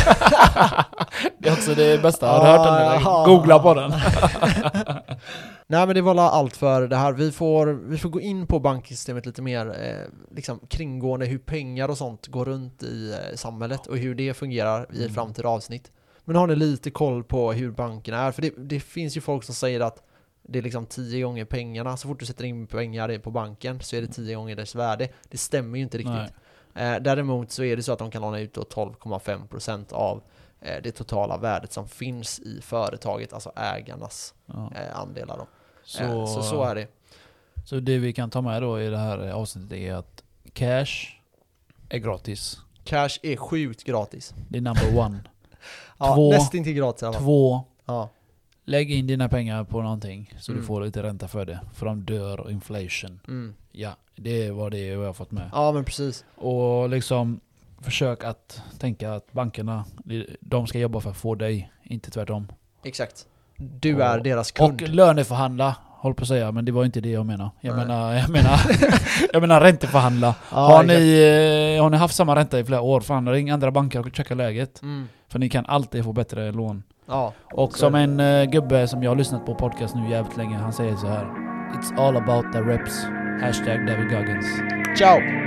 Det är också det bästa. Har du hört den? Eller? Googla på den. Nej, men det var allt för det här. Vi får, vi får gå in på banksystemet lite mer eh, liksom kringgående hur pengar och sånt går runt i eh, samhället och hur det fungerar i ett mm. framtida avsnitt. Men har ni lite koll på hur bankerna är? För det, det finns ju folk som säger att det är liksom tio gånger pengarna. Så fort du sätter in pengar på banken så är det tio gånger dess värde. Det stämmer ju inte riktigt. Eh, däremot så är det så att de kan låna ut tolv komma fem procent av eh, det totala värdet som finns i företaget, alltså ägarnas ja. eh, andelar då. Så, eh, så så är det. Så det vi kan ta med då i det här avsnittet är att cash är gratis. Cash är sjukt gratis. Det är number one. ja, två, nästan till gratis. Alla. Två, ja. lägg in dina pengar på någonting så mm. du får lite ränta för det. För de dör och inflation. Mm. Ja, det var det jag har fått med. Ja, men precis. Och liksom försök att tänka att bankerna, de ska jobba för att få dig, inte tvärtom. Exakt. Du och, är deras kund. Och löneförhandla, håll på att säga, men det var inte det jag menar. Jag Nej. menar, jag menar, jag menar ränteförhandla. Ja, har, ni, har ni haft samma ränta i flera år? Fan, ring andra banker och checka läget. Mm. För ni kan alltid få bättre lån. Ja, och som en uh, gubbe som jag har lyssnat på podcast nu jävligt länge, han säger så här: It's all about the reps. Hashtag David Goggins. Ciao!